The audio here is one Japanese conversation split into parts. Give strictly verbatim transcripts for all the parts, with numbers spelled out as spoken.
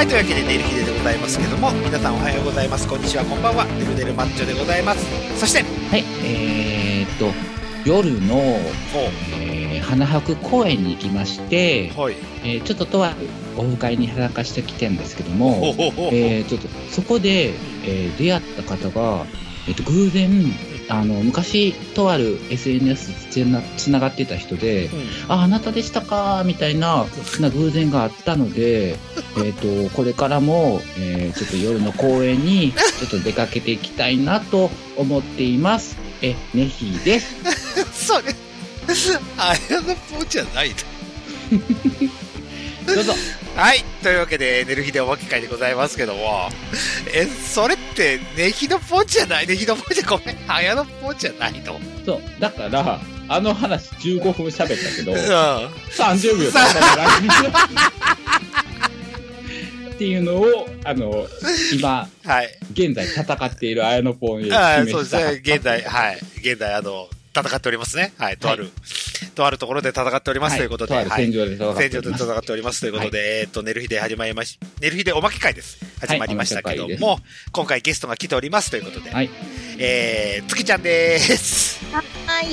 はい、というわけで寝る日でございますけども、皆さんおはようございます、こんにちは、こんばんは。ねるねるマッチョでございます。そしてはい、えー、っと夜の、えー、花博公園に行きまして、はい、えー、ちょっととあるオフ会に参加してきてるんですけども、えー、ちょっとそこで、えー、出会った方が、えー、っと偶然あの昔とある エスエヌエス でつながってた人で、うん、ああなたでしたかみたいなな偶然があったのでえとこれからも、えー、ちょっと夜の公園にちょっと出かけていきたいなと思っています。えねひですそれあやのぽじゃないとどうぞ。 はい。というわけで、寝る日でおまけ会でございますけども、え、それって、寝日のポンじゃない寝日のポンじゃ、ごめん、あやのポンじゃないの。 そう。だから、あの話じゅうごふん喋ったけど、うん、さんじゅうびょうさっていうのを、あの、今、はい、現在戦っているあやのポンへ示した。 そうですね。現在、はい。現在、あの、戦っておりますね。はい。とある、はい、とあるところで戦っております、はい、ということで。 とある戦場で戦っております。 戦場で戦っておりますということで、はい、えっと、寝る日で始まりまし、寝る日でおまけ会です。始まりましたけども、はい、今回ゲストが来ておりますということで、はい、えー、月ちゃんでーす。 はい、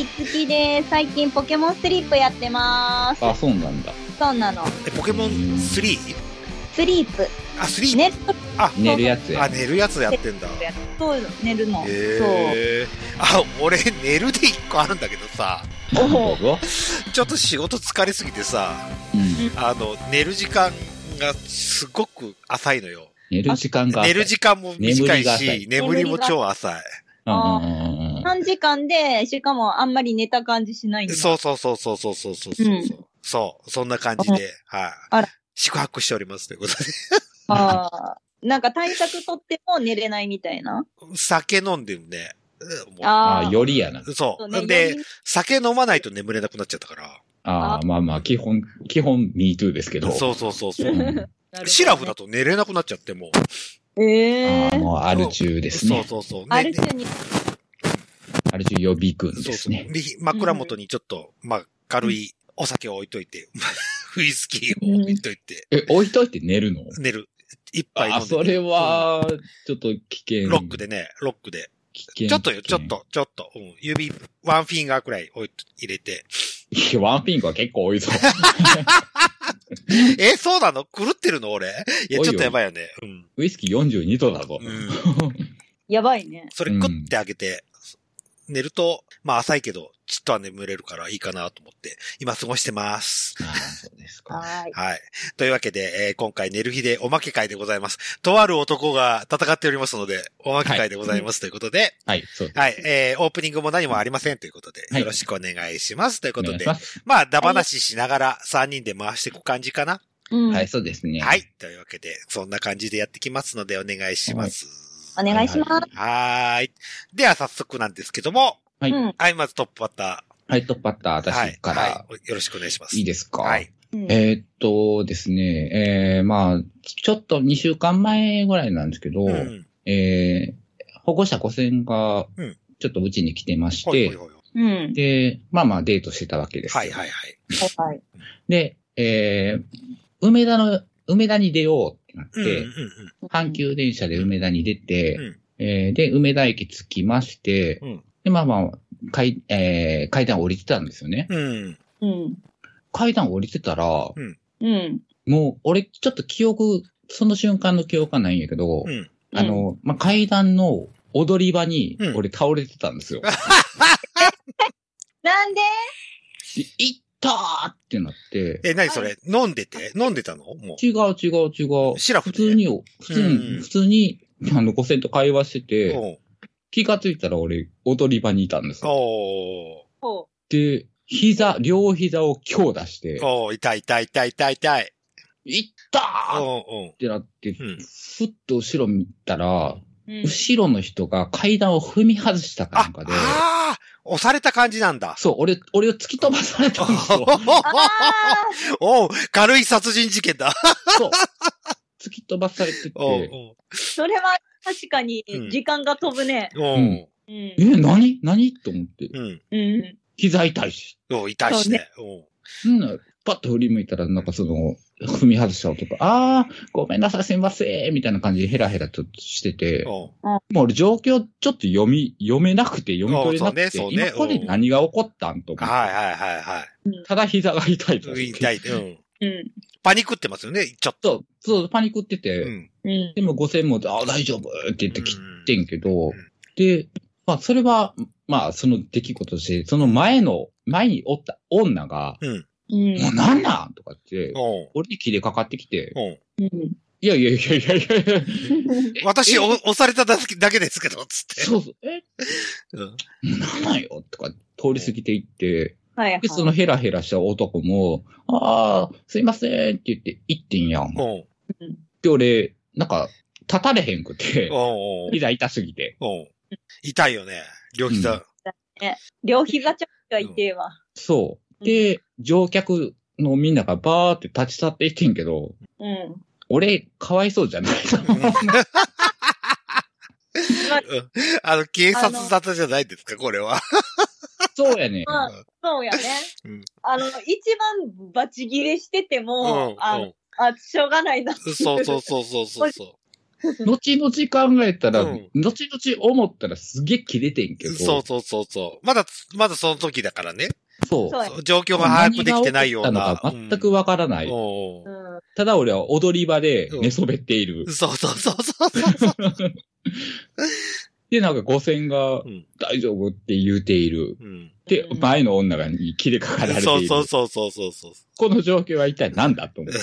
月でーす。最近ポケモンスリープやってまーす。 あ、そうなんだ。 そうなの。 え、ポケモン スリー？ スリープ。 あ、スリープ。 寝る。 あ、寝るやつや。 あ、寝るやつやってんだ。 そう、寝るの。 へー。あ、俺、寝るで一個あるんだけどさ。 おちょっと仕事疲れすぎてさ、うん、あの、寝る時間がすごく浅いのよ。 寝る時間が浅い。 寝る時間も短いし、眠りも超浅い。 あ短時間で、しかもあんまり寝た感じしないんだ。 そうそうそうそうそうそうそうそう、うん。そう、そんな感じで、はい、あ。宿泊しておりますということで。 ああ。なんか対策とっても寝れないみたいな。 酒飲んでるね。 ああ、よりやな。 そう。ね、で、酒飲まないと眠れなくなっちゃったから。 ああ、まあまあ、基本、基本、ミートゥーですけど。 そうそうそうそう。ね、シラフだと寝れなくなっちゃっても。 ええー。 ああ、もうアル中ですね。 そうそうそう。ね、 アル中に。 アル中予備軍ですね。 そうそう。枕元にちょっと、まあ、軽いお酒を置いといて、ウイスキーを置いといて。 え、置いといて寝るの？ 寝る。一杯飲んで。 あ、それは、ちょっと危険。 ロックでね、ロックで。危険。ちょっとよ、ちょっと、ちょっと、うん、指、ワンフィンガーくらい置い入れて。 いや、ワンフィンガー結構多いぞ。 え、そうなの？狂ってるの俺？いや、ちょっとやばいよね。うん。 ウイスキーよんじゅうにどだぞ。うん、 やばいね。 それ、グッて開けて、うん、寝ると、まあ浅いけど、ちっとは眠れるからいいかなと思って、今過ごしてます。 ああ、そうですか。 はい。 はい。というわけで、えー、今回寝る日でおまけ会でございます。とある男が戦っておりますので、おまけ会でございますということで、 はい、そうです。 はい、えー、オープニングも何もありませんということで、よろしくお願いします、はい、ということで、まあ、だ話しながらさんにんで回していく感じかな。 うん、はい、そうですね。 はい。というわけで、そんな感じでやってきますので、お願いします。 はい、お願いします。 はい。では、早速なんですけども、 はい。 はい、まずトップバッター。 はい、トップバッター、私から、はいはい。 よろしくお願いします。 いいですか？ はい。 えー、っとですね、えー、まあ、ちょっとにしゅうかんまえぐらいなんですけど、うん、えー、保護者ご選が、ちょっとうちに来てまして、うん、で、まあまあデートしてたわけですよ。 はいはいはい。 はい。 で、えー、梅田の、梅田に出ようってなって、うんうんうん、阪急電車で梅田に出て、うん、えー、で、梅田駅着きまして、うん、で、まあまあ、階、えー、階段降りてたんですよね。 うん。うん。 階段降りてたら、 うん。うん。 もう、俺、ちょっと記憶、その瞬間の記憶はないんやけど、うん。あの、まあ、階段の踊り場に、俺倒れてたんですよ。うん、 なんで？ いったーってなって。 え、なにそれ？飲んでて？飲んでたの？もう。違う違う違う。 シラフで？普通に、普通に、うん、普通に、あの、ごせんと会話してて、気がついたら俺、踊り場にいたんですよ。 おー。 で、膝、両膝を強打して。 おー、痛い痛い痛い痛い痛い。 いったーってなって、うん、ふっと後ろ見たら、うん、後ろの人が階段を踏み外したかなんかで。 ああ押された感じなんだ。 そう、俺、俺を突き飛ばされたんですよ。 おう、軽い殺人事件だ。 そう。突き飛ばされてて。おうおうそれは確かに時間が飛ぶね。 うん。うん、え、何何と思って。うん。うん。膝痛いし。 お痛いしね。 うん。 パッと振り向いたら、なんかその、踏み外した男、あー、ごめんなさい、すいません、みたいな感じでヘラヘラちょっとしてて、もう俺状況ちょっと読み、読めなくて、読み取れなくて、そうねそうね、今これ何が起こったんと思って。 はいはいはいはい。 ただ膝が痛いと。 痛い。うん。うん。パニックってますよね、ちょっと。そう、そう、パニックってて、うん、でもごせんも、あ、大丈夫って言って切ってんけど、うん、で、まあ、それは、まあ、その出来事として、その前の、前におった女が、うん、もうなんなんとかって、俺に切れかかってきて、うん、いやいやいやいやいやいや私お、押されただけですけど、つって。 そうそう、え、うん、なんなんよとか、通り過ぎていって、はいはい、で、そのヘラヘラした男も、ああ、すいませんって言って行ってんやん。で、俺、なんか、立たれへんくて、膝痛すぎて。 痛いよね、両膝。うん、 両膝ちょっと痛いわ。 そう。で、乗客のみんながバーって立ち去っていってんけど、うん、俺、かわいそうじゃないあの、警察沙汰じゃないですか、これは。 そうやね。 まあ、そうやね。うん、あの、一番バチ切れしてても、うん、あの、うん、あ、しょうがないな。 そうそうそうそうそうそう。 後々考えたら、うん、後々思ったらすげえ切れてんけど。 そうそうそうそう。まだ、まだその時だからね。 そう。 そう状況が把握できてないような。 全くわからない、うん。ただ俺は踊り場で寝そべっている。 うん、そうそうそうそうで、なんか五線が大丈夫って言うている。うん、で、前の女が切れかかられている。 そうそうそうそうそう。 この状況は一体何だと思って。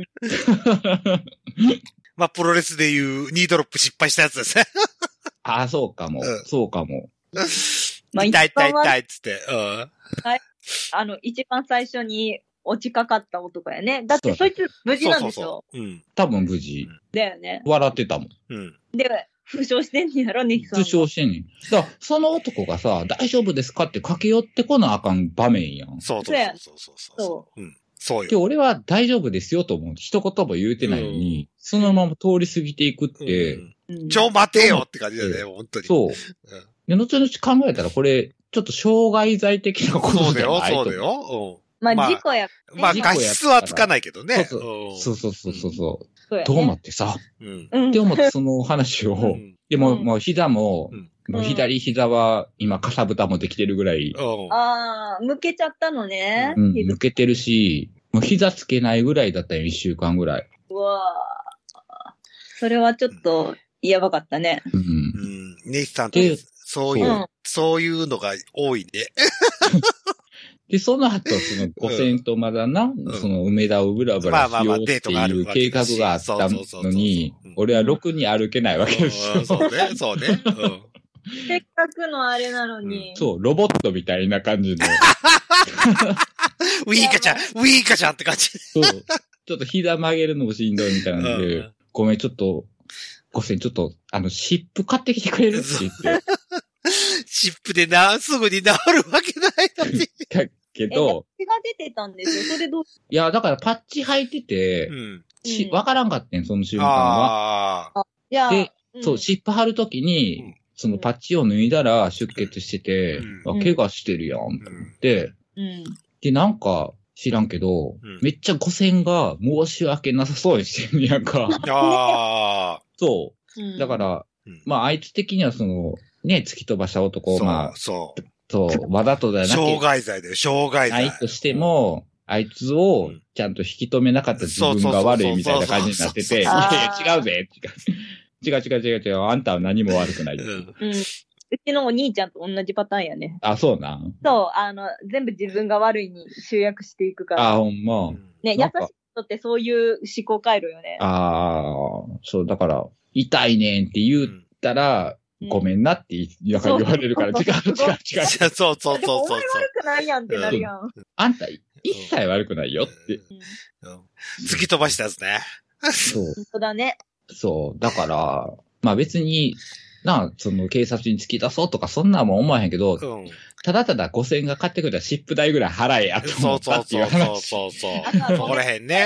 まあ、プロレスでいうニードロップ失敗したやつですね。 ああ、そうかも、うん。そうかも。 まあ、痛い痛い痛いっつって。うん。 はい。あの、一番最初に落ちかかった男やね。だってそいつ無事なんでしょ？そうそうそう。うん。 多分無事。 だよね。 笑ってたもん。 うん。 で、負傷してんねやろ、ネキさん。 負傷してんねん。だから、その男がさ、大丈夫ですかって駆け寄ってこなあかん場面やん。 そうそうそうそうそう。そう。うん。そうよ。 で、俺は大丈夫ですよと思う。一言も言うてないのに、うん、そのまま通り過ぎていくって、 うん、ちょ、待てよって感じだよね、本当に。 そう。うん、で、後々考えたら、これ、ちょっと傷害罪的なことじゃないと。 そうだよ、そうだよ。 うん、まあ、事故や、ね。 まあ、過失はつかないけどね。 そうそうそうそうそう。うん、と思ってさ、うん。って思ってその話を、うん、でも、うん、もう膝も、うんもう左膝は今かさぶたもできてるぐらい。 うん、ああ、向けちゃったのね。 うん、向けてるし、もう膝つけないぐらいだったよ、一週間ぐらい。 うわあ。それはちょっと、やばかったね。 うん。うん。ネイさんってそういう、そういうのが多いね。 で、その後、そのごせんとまだな、うん、その梅田をブラブラしようっていう計画があったのに、俺はろくに歩けないわけですよ。 そうね、そうね。うんせっかくのあれなのに。 うん、そう、ロボットみたいな感じの。 ウィーカちゃん、ウィーカちゃんって感じ。 そう。ちょっと膝曲げるのもしんどいみたいなんで、うん、ごめん、ちょっと、ごせん、ちょっと、あの、湿布買ってきてくれるって言って。 湿布でな、すぐに治るわけないのに。 だけど。 血が出てたんですよ。それどういや、だからパッチ履いてて、うん、しわからんかったん、その瞬間は。 ああ。 で、うん、そう、湿布貼るときに、うんそのパッチを脱いだら出血してて、うん、あ怪我してるやん、って思って、うん、で、なんか知らんけど、うん、めっちゃ五線が申し訳なさそうにしてるんやんか。 あそう。うん、だから、まああいつ的にはその、ね、突き飛ばした男を、まあ、 そう。 そう、わざとじゃなくて。 傷害罪だよ、傷害罪。 ないとしても、あいつをちゃんと引き止めなかった自分が悪いみたいな感じになってて、いやいや違うぜ、違う。違う違う違う違う。あんたは何も悪くない。うん。 うん。うちのお兄ちゃんと同じパターンやね。 あ、そうなん。 そう、あの、全部自分が悪いに集約していくから。 あ、ほんま。 ね、優しい人ってそういう思考回路よね。 ああ、そう、だから、痛いねんって言ったら、うん、ごめんなって言われるから、違う違う違う。 そうそうそうそう。 お前悪くないやんってなるやん。うん、 あんた、一切悪くないよって。 うん、突き飛ばしたやつね。 そう。 本当だね。 そう。だから、まあ別に、な、その警察に突き出そうとかそんなもん思わへんけど、うん、ただただごせんが買ってくれた湿布代ぐらい払えやと思ったっていう話。 そうそうそうそうそう。そこらへんね。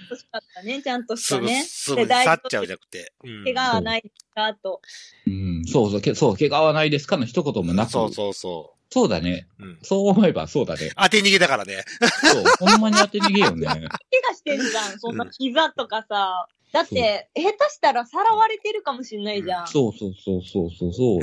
欲しかったね、ちゃんとしたね。 すぐ、すぐ去っちゃうじゃなくて。 うん、怪我はないですかと。 うん、そうそう、けそう、怪我はないですかの一言もなく。 そうそうそう。 そうだね。うん、そう思えばそうだね。 当て逃げだからね。 そう、ほんまに当て逃げよね。 怪我してんじゃん、そんな膝とかさ。だって、下手したらさらわれてるかもしんないじゃん。 そうそうそうそうそうそう。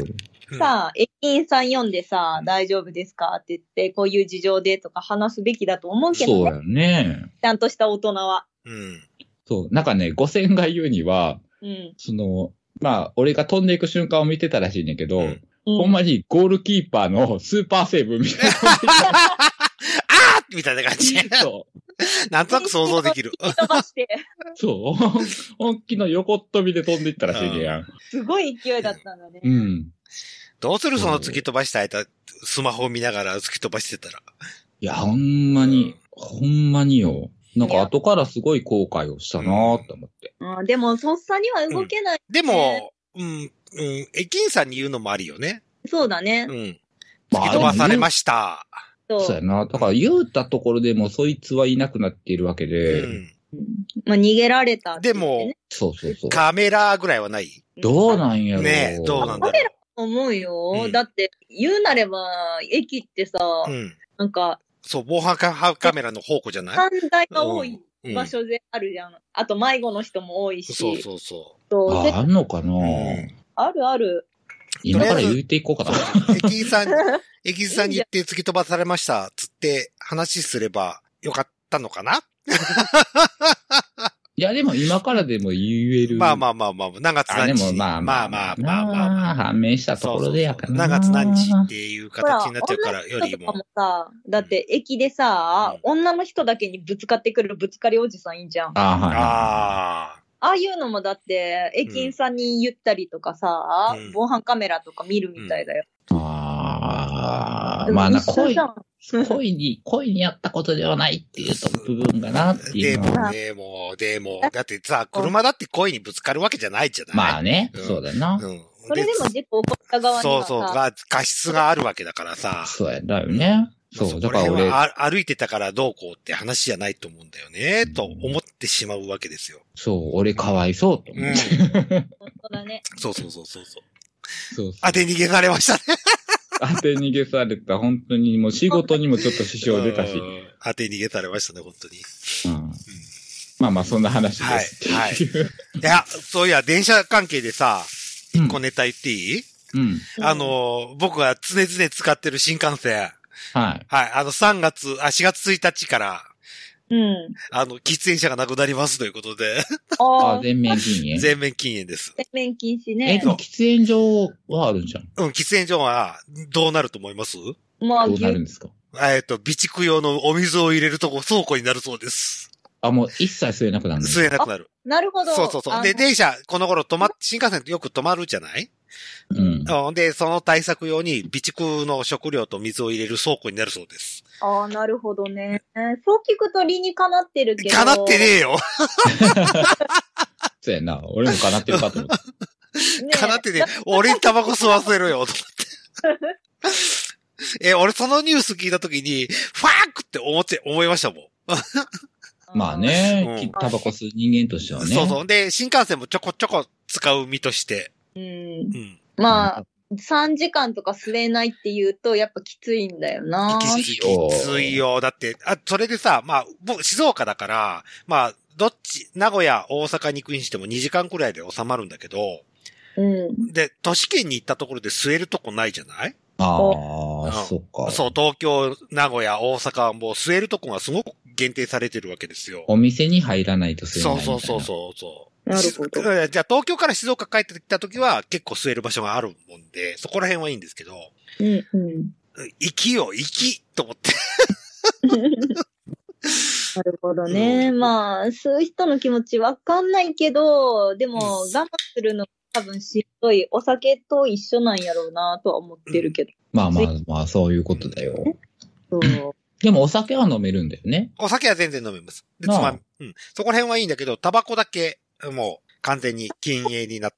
さあ、駅員さん読んでさ、大丈夫ですかって言って、こういう事情でとか話すべきだと思うけどね。 そうやね。 ちゃんとした大人は。 うん。 そう、なんかね、五千が言うには、うん、その、まあ、俺が飛んでいく瞬間を見てたらしいねんけど、うんうん、ほんまにゴールキーパーのスーパーセーブみたいな。 あーみたいな感じ。 そう。 なんとなく想像できる。 飛ばして。 そう。本気の横っ飛びで飛んでいったらしいねやん。 すごい勢いだったんだね。 うん。 どうするその突き飛ばした間、スマホを見ながら突き飛ばしてたら。 いや、ほんまに、うん、ほんまによ。なんか後からすごい後悔をしたなーって思って。 うん、でも、とっさには動けない、ねうん。でも、うん、うん、駅員さんに言うのもありよね。 そうだね。 うん。突き飛ばされました。 そうそうやな。だから言うたところでもそいつはいなくなっているわけで。うん。 まあ逃げられた、ね。 でも、 そうそうそう。 カメラぐらいはない？ どうなんやろう。 ねえ、どうなんだろう。 カメラ思うよ、うん。だって、言うなれば、駅ってさ、うん、なんか、 そう、防犯カメラの宝庫じゃない？ 犯罪が多い場所であるじゃん。うん、あと、迷子の人も多いし。 そうそうそう。 そうあ、あんのかな、うん、 あるある。 今から言っていこうかな。 駅員さん、駅員さんに言って突き飛ばされました、つって話すればよかったのかないや、でも今からでも言える。 まあまあまあまあ、何月何日。 あ、でもまあまあまあまあまあ、まあ、判明したところでやからな。 何月何日っていう形になっちゃうからよりも。 もさ、だって駅でさ、うん、女の人だけにぶつかってくるぶつかりおじさんいいんじゃん。 あ、はい、 ああ。 ああいうのもだって、駅員さんに言ったりとかさ、うん、防犯カメラとか見るみたいだよ。 うん、ああ、まあな、恋、恋に、恋にやったことではないっていう部分がなっていうのは。 でも、でも、でも、だってさ、車だって恋にぶつかるわけじゃないじゃない？ まあね、うん、そうだな。 うん。それでも事故起こった側にはさ。 そうそう、が、過失があるわけだからさ。 そうや、だよね。そう、だから俺。 歩いてたからどうこうって話じゃないと思うんだよね、うん、と思ってしまうわけですよ。 そう、俺かわいそうと思う。うん、 本当だね。 そうそうそうそう。そうそう当て逃げされましたね。 当て逃げされた。本当にもう仕事にもちょっと支障出たし。 当て逃げされましたね、本当に。 うんうん、まあまあ、そんな話です。 はい。はい。いや、そういや、電車関係でさ、一個ネタ言っていい？ うん。 あの、僕が常々使ってる新幹線。 はい。 はい。あの、さんがつ、あ、しがつついたちから、 うん。 あの、喫煙者がなくなりますということで。 ああ、全面禁煙。 全面禁煙です。 全面禁止ね。 え、でも喫煙所はあるんじゃん。 うん、喫煙所は、どうなると思います？ まあ、 どうなるんですか？ えっと、備蓄用のお水を入れるとこ、倉庫になるそうです。 あ、もう一切吸えなくなるんですか？吸えなくなる。 なるほど。 そうそうそう。で、電車、この頃止ま、新幹線ってよく止まるじゃない？ うん。 で、その対策用に備蓄の食料と水を入れる倉庫になるそうです。 ああ、なるほどね。そう聞くと理にかなってるけど。 かなってねえよ。 そうやな。俺もかなってるかと思って。 ね、かなってねえ。俺にタバコ吸わせろよ、と思って。え、俺そのニュース聞いたときに、ファークって思って、思いましたもん。 まあね、うん、タバコ吸う人間としてはね。 そうそう。で、新幹線もちょこちょこ使う身として。 うん。うん、まあ、さんじかんとか吸えないって言うと、やっぱきついんだよな。 きつい、きついよ。だって、あ、それでさ、まあ、僕、静岡だから、まあ、どっち、名古屋、大阪に行くにしてもにじかんくらいで収まるんだけど、 うん。 で、都市圏に行ったところで吸えるとこないじゃない？ ああ、そっか。 そう、東京、名古屋、大阪はもう吸えるとこがすごく限定されてるわけですよ。 お店に入らないと吸えないみたいな。 そうそうそうそう。 なるほど。 じゃあ東京から静岡帰ってきたときは結構吸える場所があるもんで、そこら辺はいいんですけど。 うんうん。 行きよ、行きと思って。 なるほどね。うん、まあ、吸う人の気持ちわかんないけど、でも我慢するの多分しんどい。お酒と一緒なんやろうなとは思ってるけど。 うん、まあまあまあ、そういうことだよ。 そう。 でもお酒は飲めるんだよね。 お酒は全然飲めます。で、つまみ、うん。そこら辺はいいんだけど、タバコだけ、もう、 完全に禁煙になって、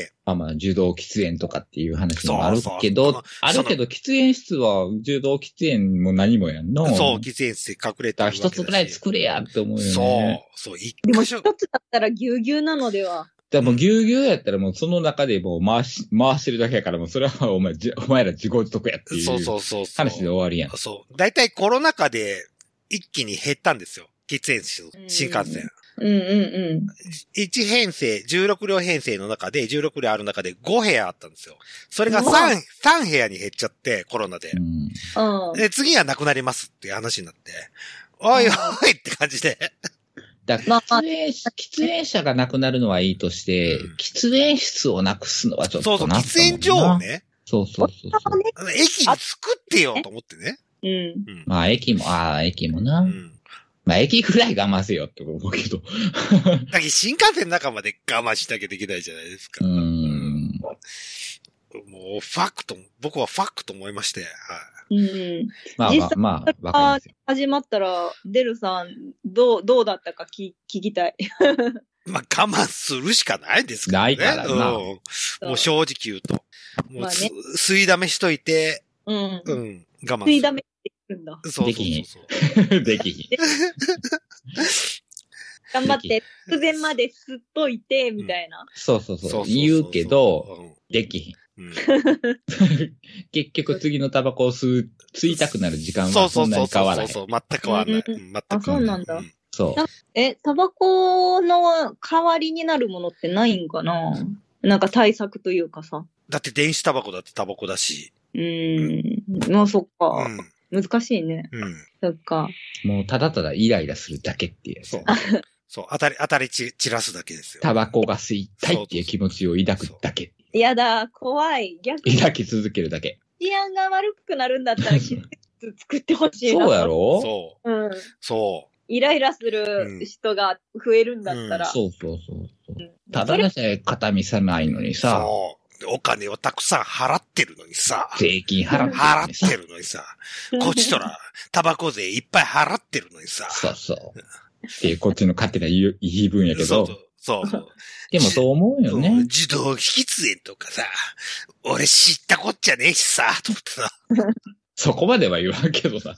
まあまあ、受動喫煙とかっていう話もあるけど、そうそうあるけど、喫煙室は受動喫煙も何もやんの。 そう、喫煙室で隠れてるわけだし。 一つぐらい作れやって思うよね。 そう、そう、 一箇所。でも一つだったらぎゅうぎゅうなのでは。 でもぎゅうぎゅうやったらもうその中でもう回し、回してるだけやからもうそれはお前、お前ら自業自得やっていう話で終わりやん。 そう。だいたいコロナ禍で一気に減ったんですよ。喫煙室、新幹線。 うんうんうん。 いち編成、じゅうろく両編成の中で、じゅうろく両ある中でご部屋あったんですよ。それがさん、さん部屋に減っちゃって、コロナで。 うん、 で、次はなくなりますっていう話になって、おいおいって感じで。 だから喫煙、喫煙者がなくなるのはいいとして、うん、喫煙室をなくすのはちょっとな。 そうそう、喫煙所をね。 そうそうそうそう。 駅に作ってよと思ってね。 うん。うん、 まあ、駅も、ああ、駅もな。うんまあ、駅ぐらい我慢せよって思うけど。 だけど新幹線の中まで我慢しなきゃできないじゃないですか。 うーん。 もう、ファクト、僕はファクト思いまして。はい。 うん。 まあまあ、まあ、わかりますよ。 始まったら、デルさん、どう、どうだったか聞、聞きたい。 まあ、我慢するしかないですからね。 ないからな。うん、 もう正直言うと。もう、まあね、吸いだめしといて、 うん。 うん。我慢する。 吸いだめんだ。 そうそうそうそう。 できひん。できひん。 頑張って、直前まで吸っといて、みたいな。 そうそうそう。言うけど、できひん。うん、結局次のタバコを吸う、吸いたくなる時間はそんなに変わらない。 そうそうそうそう。全く変わらない。全く変わらない。 あ、そうなんだ。 そう。 え、タバコの代わりになるものってないんかな？なんか対策というかさ。 だって電子タバコだってタバコだし。 うーん。まあそっか。うん、難しいね。 うん。 そっか。 もうただただイライラするだけっていう。 そう。そう。当たり、当たりち散らすだけですよ。 タバコが吸いたいっていう気持ちを抱くだけ。 やだ、怖い。逆に。 抱き続けるだけ。 治安が悪くなるんだったら、喫煙室作ってほしいな。 そうやろ？ そう。うん。 そう。 イライラする人が増えるんだったら。うん、 そうそうそうそう、うん。ただでさえ肩身狭いのにさ。 そう。お金をたくさん払ってるのにさ。 税金払ってるのにさ。払ってるのにさ。こっちとら、タバコ税いっぱい払ってるのにさ。 そうそう。っていうこっちの勝手な言い分やけど。 そうそう。そうそう。 でもそう思うよね。 自動喫煙とかさ、俺知ったこっちゃねえしさ、と思ってさ。 そこまでは言わんけどさ。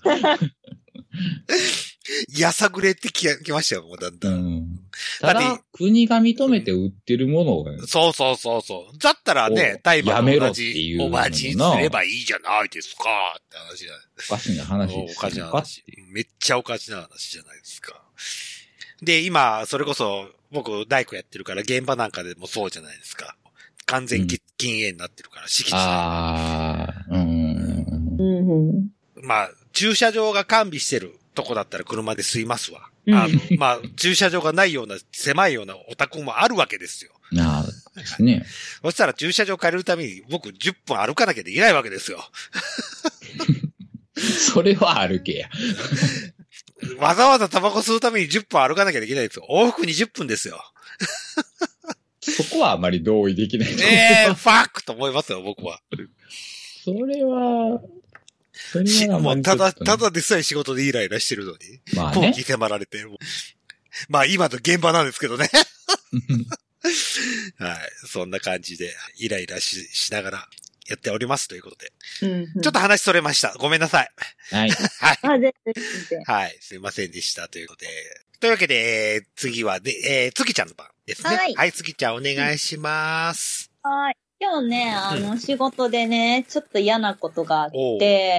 やさぐれてききましたよ、もうだんだん。うん、 ただ、国が認めて売ってるものを、ねうん、そうそうそうそう。だったらね、大麻と同じおまじにすればいいじゃないですか、って話じゃない。 おかしな話です。 おかしな話。めっちゃおかしな話じゃないですか。で、今、それこそ、僕、大工やってるから、現場なんかでもそうじゃないですか。完全禁煙になってるから、敷地内。 ああ、うん。 まあ、駐車場が完備してるとこだったら車で吸いますわ。あの、まあ、駐車場がないような、狭いようなお宅もあるわけですよ。 ああ、ですね。 そしたら駐車場借りるために、僕じゅっぷん歩かなきゃできないわけですよ。 それは歩けや。 わざわざタバコ吸うためにじゅっぷん歩かなきゃできないですよ。往復にじゅっぷんですよ。 そこはあまり同意できない。 ええー、ファックと思いますよ、僕は。 それは、それはもうただ、ただでさえ仕事でイライラしてるのに。 まあね。 後期迫られて。まあ今の現場なんですけどね。はい。そんな感じで、イライラし、しながらやっておりますということで。 うんうん、 ちょっと話それました。ごめんなさい。 はい。 はい。 あ、全然。 はい。すいませんでした。ということで。というわけで、えー、次はで、えー、つきちゃんの番ですね。はい。はい、つきちゃんお願いします。 はい。今日ね、あの、仕事でね、ちょっと嫌なことがあって、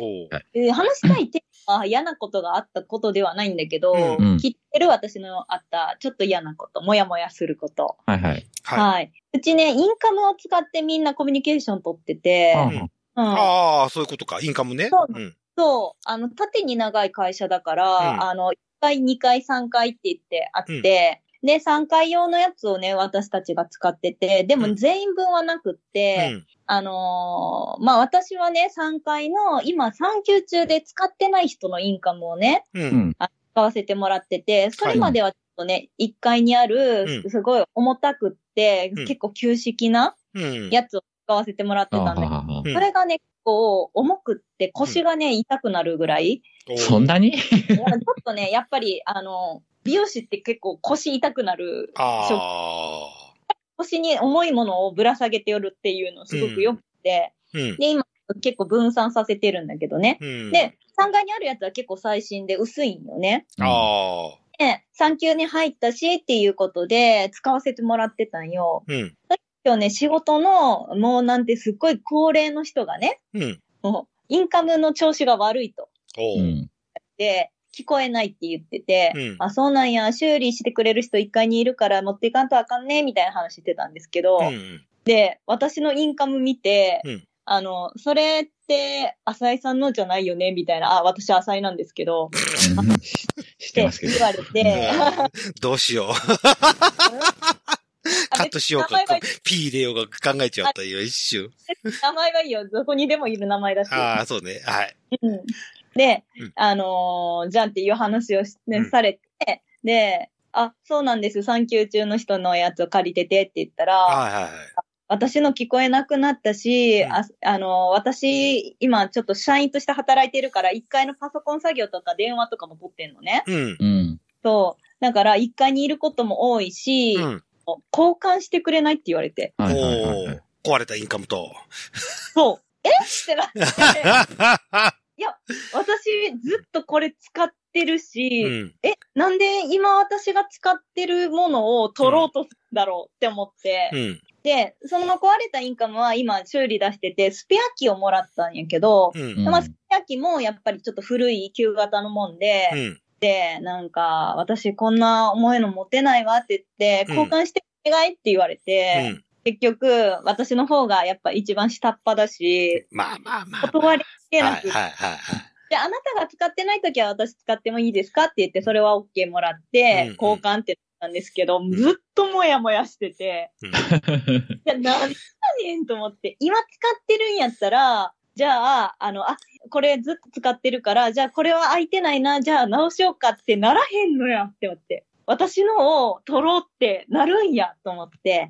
えー、話したいテーマは嫌なことがあったことではないんだけど、うん、聞いてる私のあったちょっと嫌なこと、もやもやすること。 はいはい。 はい。うちね、インカムを使ってみんなコミュニケーション取ってて、 うんうん、ああ、そういうことか。インカムね。 そう。うん、そうあの、縦に長い会社だから、うん、あの、いっかい、にかい、さんかいって言ってあって、うん、で、さんかい用のやつをね、私たちが使ってて、でも全員分はなくって、うん、あのー、まあ、私はね、さんかいの、今産休中で使ってない人のインカムをね、うん、使わせてもらってて、それまではちょっとね、はい、いっかいにある、すごい重たくって、うん、結構旧式なやつを使わせてもらってたんだけど、うん、それがね、結構重くって腰がね、痛くなるぐらい。 そんなにちょっとね、やっぱり、あの、美容師って結構腰痛くなる。 ああ。 腰に重いものをぶら下げておるっていうのすごくよくて、うん、で、今結構分散させてるんだけどね。うん、で、さんがいにあるやつは結構最新で薄いんよね。ああ。で、さん級に入ったしっていうことで使わせてもらってたんよ。うん。今日ね、仕事の、もうなんてすっごい高齢の人がね、うん。もうインカムの調子が悪いと。おう。で、聞こえないって言ってて、うん、あ、そうなんや、修理してくれる人いっかいにいるから持っていかんとあかんね、みたいな話してたんですけど、うん、で、私のインカム見て、うん、あの、それって、浅井さんのじゃないよね、みたいな、あ、私浅井なんですけど、 してますけど。 言われて、 どうしよう。カットしようか、P 入れようか考えちゃったよ、一瞬。 名前はいいよ、どこにでもいる名前だし。 ああ、そうね、はい。 うんで、うん、あのー、じゃんっていう話を、ねうん、されて、で、あ、そうなんです、産休中の人のやつを借りててって言ったら、はいはいはい、私の聞こえなくなったし、うん、あ、あのー、私、今ちょっと社員として働いてるから、いっかいのパソコン作業とか電話とかも取ってんのね。うん。そう。だから、いっかいにいることも多いし、うん、交換してくれないって言われて。 はいはいはいはい、壊れたインカムと。 そう。えってなって。いや、私ずっとこれ使ってるし、うん、え、なんで今私が使ってるものを取ろうとするんだろうって思って、うん、で、その壊れたインカムは今修理出してて、スペア機をもらったんやけど、うん、まあ、スペア機もやっぱりちょっと古い旧型のもんで、うん、で、なんか、私こんな重いの持てないわって言って、交換してお願いって言われて、うん、結局、私の方がやっぱ一番下っ端だし、 まあまあまあ、まあ。 断りけなく。 はいはいはい、はい。 で、あなたが使ってないときは私使ってもいいですかって言って、それは OK もらって、交換って言ったんですけど、うん、ずっともやもやしてて、うん、いや、なんやねんと思って、今使ってるんやったら、じゃあ、あの、あ、これずっと使ってるから、じゃあこれは空いてないな、じゃあ直しようかってならへんのやって思って。私のを取ろうってなるんやと思って、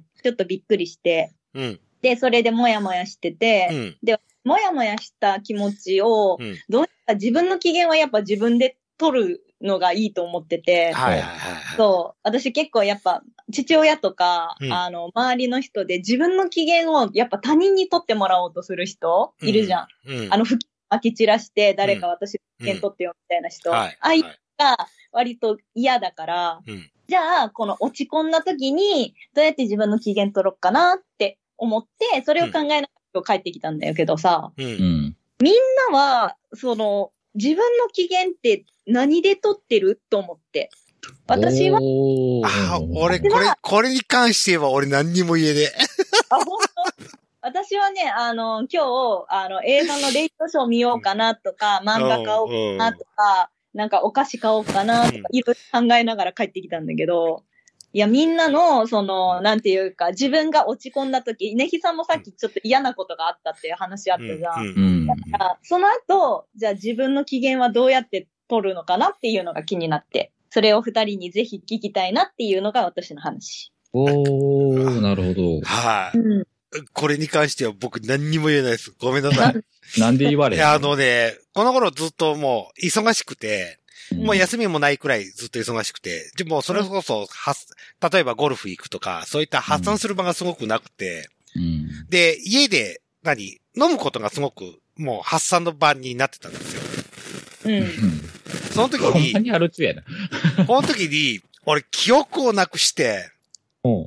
ちょっとびっくりして、うん、で、それでもやもやしてて、うん、で、もやもやした気持ちを、うん、どうやら自分の機嫌はやっぱ自分で取るのがいいと思ってて、はいはいはいはい、そう、私結構やっぱ父親とか、うん、あの、周りの人で自分の機嫌をやっぱ他人に取ってもらおうとする人いるじゃん。うんうん、あの、吹きまき散らして誰か私の機嫌取ってよみたいな人。うんうん、あいつが割と嫌だから、うん、じゃあ、この落ち込んだ時にどうやって自分の機嫌取ろうかなって思って、それを考えながら帰ってきたんだけどさ、うん、みんなは、その、自分の機嫌って何で取ってると思って。私は、 あ、俺、これ、これに関しては俺何にも言えねえ。あ、本当？私はね、あの、今日、あの、映画のレイトショー見ようかなとか、漫画買おうかなとか、なんかお菓子買おうかなとか、いろいろ考えながら帰ってきたんだけど、いや、みんなの、その、なんていうか、自分が落ち込んだ時、ねひさんもさっきちょっと嫌なことがあったっていう話あったじゃん。うん、だから、その後、じゃあ自分の機嫌はどうやって取るのかなっていうのが気になって、それを二人にぜひ聞きたいなっていうのが私の話。 おー、なるほど。 はい、うん。これに関しては僕何にも言えないです。ごめんなさい。 なんで言われいや、あのね、この頃ずっともう忙しくて、もう休みもないくらいずっと忙しくて、でもそれこそ、例えばゴルフ行くとか、そういった発散する場がすごくなくて、うん、で、家で何、飲むことがすごくもう発散の場になってたんですよ。うん。その時に、 何あるつやな。 この時に、俺記憶をなくして、うん、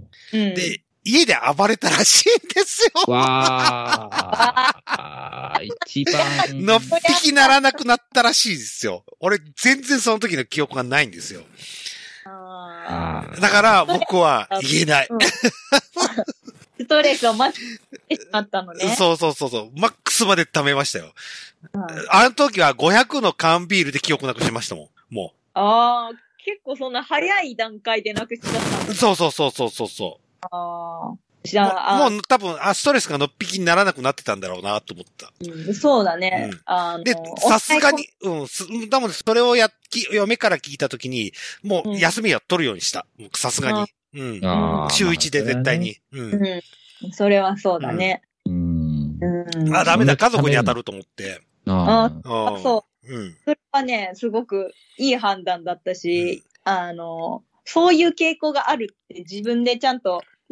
で、家で暴れたらしいんですよ。わー。一番。のっぴきならなくなったらしいですよ。俺、全然その時の記憶がないんですよ。あだから僕は言えない。うん、 ストレスを待ってしまったのね。 そうそうそうそう。マックスまで溜めましたよ。うん、あの時はごひゃくの缶ビールで記憶なくしましたもん。もう。 ああ、結構そんな早い段階でなくしちゃった。 そうそうそうそうそうそう。ああ。じゃあもう、もう多分、あ、ストレスがのっぴきにならなくなってたんだろうなと思った。 うん、そうだね。うん、あので、さすがに、うん、す、多分それをやっき、嫁から聞いたときに、もう休みは取るようにした。さすがに。うん。週一で絶対に。うん。 うん。それはそうだね。うん。 うん、あ、ダメだ。家族に当たると思って。 ああ、そう。うん。それはね、すごくいい判断だったし、うん、あの、そういう傾向があるって自分でちゃんと、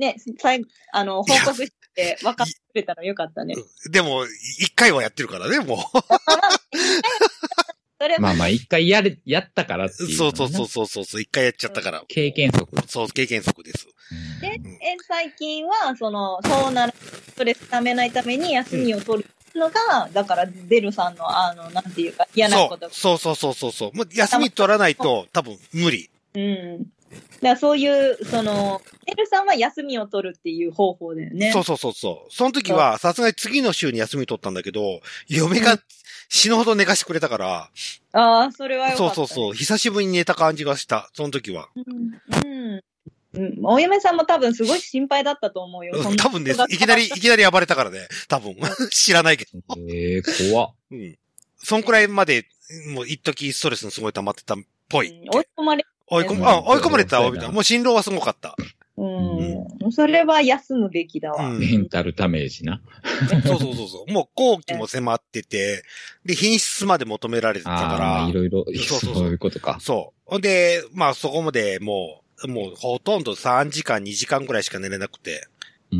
ね、最あの、報告して分かってくれたらよかったね。 でも、一回はやってるからね、もう。 それまあまあ、一回やれ、やったからっていう。 そうそうそうそうそう、一回やっちゃったから。 経験則。 そう、経験則です。 で、え、最近は、その、そうなる、ストレスためないために休みを取るのが、うん、だから、デルさんの、あの、なんていうか、嫌なこと。 そうそうそうそうそう。もう休み取らないと、多分、無理。 うん。だからそういう、その、デルさんは休みを取るっていう方法だよね。 そうそうそうそう。その時は、さすがに次の週に休み取ったんだけど、嫁が死ぬほど寝かしてくれたから。 うん、ああ、それはよかった、ね。 そうそうそう。久しぶりに寝た感じがした。その時は。 うん。うんうん、お嫁さんも多分すごい心配だったと思うよ。 うん、多分ね、いきなり、いきなり暴れたからね。多分。知らないけど。 ええー、怖っ。 うん。そんくらいまで、もう一時ストレスのすごい溜まってたっぽい。 うん、追い込まれ、 追い込ま、あ、追い込まれた、もう心労はすごかった。 うん。うん、それは休むべきだわ。 うん、メンタルダメージな。 そうそうそうそう。もう後期も迫ってて、で、品質まで求められてたから。 ああ、いろいろ、 そうそうそう。 そういうことか。 そう。ほんで、まあそこまでもう、もうほとんどさんじかん、にじかんくらいしか寝れなくて、うん、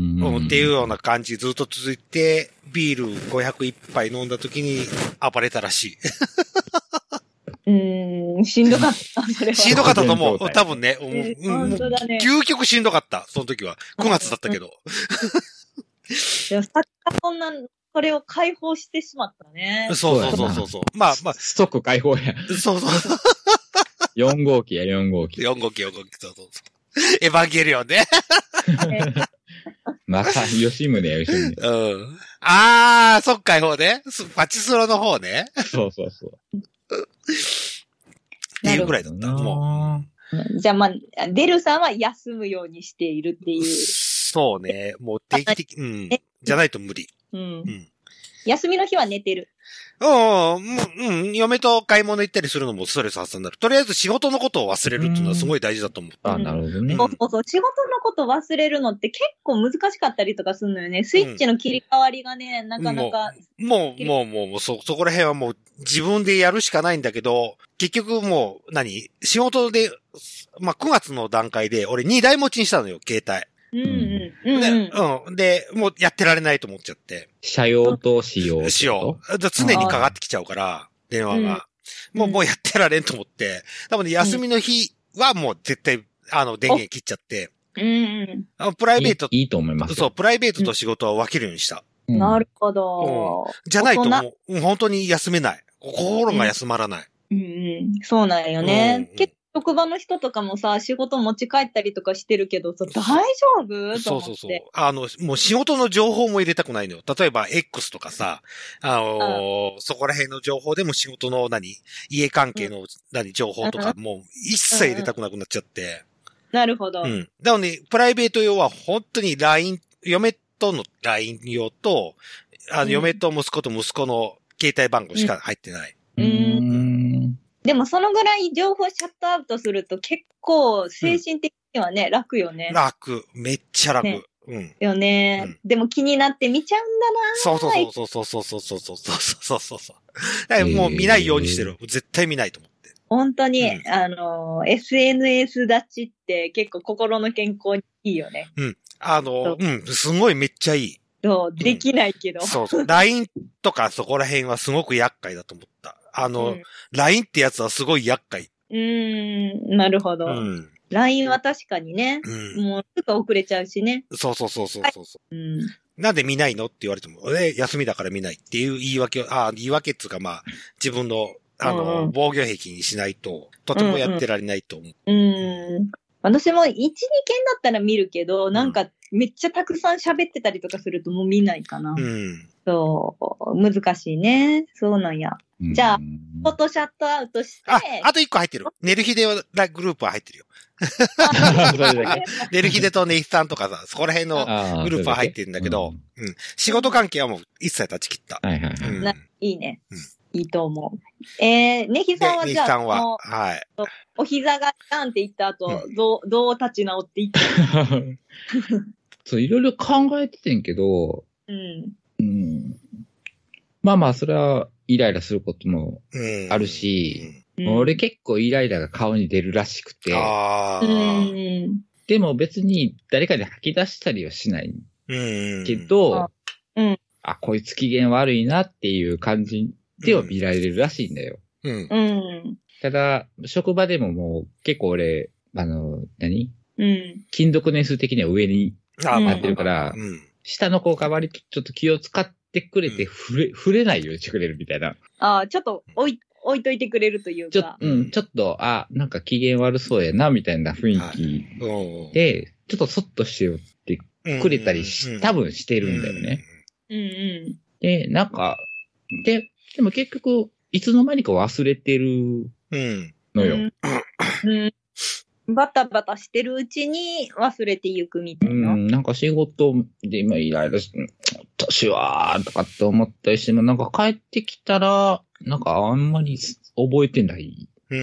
っていうような感じずっと続いて、ビールごひゃくいっぱい飲んだ時に暴れたらしい。 うーん、しんどかった、それは。 しんどかったと思う。多分ね。 えー、本当だね。 究極しんどかった、その時は。くがつだったけど。 でも、さっきそんな、それを解放してしまったね。 そうそうそうそうそう。まあまあ。 ストック解放や。 そうそう。 よん号機や、よん号機。 よん号機、よん号機、そうそうそう。エヴァンゲリオンね。 また、吉宗や、吉宗。 うん。あー、そっかい方ね。パチスロの方ね。 そうそうそう。 っていうくらいだった。もう。じゃあまあ、デルさんは休むようにしているっていう。 そうね。もう定期的、うん。じゃないと無理。 うん。うん、休みの日は寝てる。 うん、うん、嫁と買い物行ったりするのもストレス発散になる。とりあえず仕事のことを忘れるっていうのはすごい大事だと思う。 あ、なるほどね。 そうそうそう。仕事のこと忘れるのって結構難しかったりとかするのよね。スイッチの切り替わりがね、うん、なかなか。 もう、もう、もう、もう、そ、そこら辺はもう自分でやるしかないんだけど、結局もう、何仕事で、まあ、くがつの段階で俺にだい持ちにしたのよ、携帯。 うんうんうん、 で、うん。で、もうやってられないと思っちゃって。 社用と使用。 使用。常にかかってきちゃうから、電話が。うん、もう、もうやってられんと思って。多分ね、休みの日はもう絶対、あの、電源切っちゃって。 うんうん。プライベートいい。いいと思います。 そう、プライベートと仕事は分けるようにした。 うん、なるほど、 うん。じゃないともう、本当に休めない。心が休まらない。 うん、うん、そうなんよね。うん、結職場の人とかもさ、仕事持ち帰ったりとかしてるけどさ、大丈夫と思って。 そうそうそう。あの、もう仕事の情報も入れたくないのよ。例えば X とかさ、あのー、そこら辺の情報でも仕事の何、家関係の何、情報とかもう一切入れたくなくなっちゃって。 なるほど。 うん。なので、プライベート用は本当に ライン、嫁との ライン 用と、あの、嫁と息子と息子の携帯番号しか入ってない。 うん。うんでもそのぐらい情報シャットアウトすると結構精神的にはね、うん、楽よね。 楽。めっちゃ楽。ね、 うん。よね、うん。でも気になって見ちゃうんだな。 そうそうそうそうそうそうそうそうそうそうそう。もう見ないようにしてる。絶対見ないと思って。 本当に、うん、あの、エスエヌエス 立ちって結構心の健康にいいよね。 うん。あの、うん。すごいめっちゃいい。 そう、できないけど。 うん、そうそう。ライン とかそこら辺はすごく厄介だと思った。あの、うん、ライン ってやつはすごい厄介。 うーん、なるほど。うん、ライン は確かにね、うん、もうすぐ遅れちゃうしね。 そうそうそうそうそう、はいうん。なんで見ないのって言われても、え、休みだから見ないっていう言い訳を、ああ、言い訳っつうかまあ、自分の、あの、うん、防御壁にしないと、とてもやってられないと思う。 うん、うん。私も一、二件だったら見るけど、なんかめっちゃたくさん喋ってたりとかするともう見ないかな。うん。そう、難しいね。そうなんや。じゃあ、フォトシャットアウトして。 あ、あと一個入ってる。寝る日でグループは入ってるよ。寝る日でとネイさんとかさ、そこら辺のグループは入ってるんだけど、うん、仕事関係はもう一切断ち切った。 はいはいはい。 うん、いいね。うんいいと思う。えー、ネヒさんはじゃあ、ネヒさんは、はい。お膝がガンって言った後、うん、どう、どう立ち直っていったそう、いろいろ考えててんけど、うん。うん。まあまあ、それは、イライラすることもあるし、うん、俺結構イライラが顔に出るらしくて、あうん、 でも別に誰かに吐き出したりはしないけど、 うん、 あ、こいつ機嫌悪いなっていう感じでは見られるらしいんだよ。 うん。 ただ、職場でももう結構俺、あの、何うん。 勤続年数的には上になってるから、うん、下の子が割とちょっと気を使ってくれて、触れ、触れないようにしてくれるみたいな。 ああ、ちょっと置い、置いといてくれるというか。 ちょ、うん、ちょっと、あ、なんか機嫌悪そうやな、みたいな雰囲気で、ちょっとそっとしてよってくれたりし、多分してるんだよね。 うんうん。 で、なんか、で、でも結局、いつの間にか忘れてるのよ。 うんうんバタバタしてるうちに忘れていくみたいな。 うん、なんか仕事で今イライラして、私はとかって思ったりしても、なんか帰ってきたら、なんかあんまり覚えてない。 うん。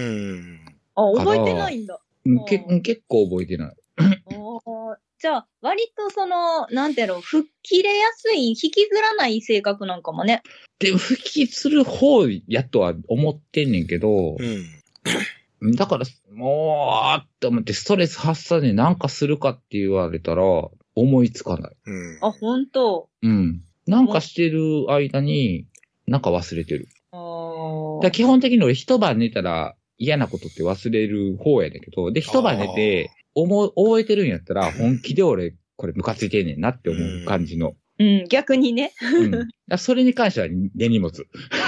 あ、覚えてないんだ。 け結構覚えてない。 じゃあ、割とその、なんていうの、吹っ切れやすい、引きずらない性格なんかもね。 でも、吹きずる方やとは思ってんねんけど、うん、だから、もう、って思ってストレス発散でなんかするかって言われたら、思いつかない。 うん、 あ、本当？ うん。なんかしてる間に、なんか忘れてる。 あだ基本的に俺一晩寝たら嫌なことって忘れる方やだけど、で、一晩寝て、思う、覚えてるんやったら、本気で俺、これムカついてんねんなって思う感じの。 うん、うん、逆にね。 うん。だそれに関しては根に持つ。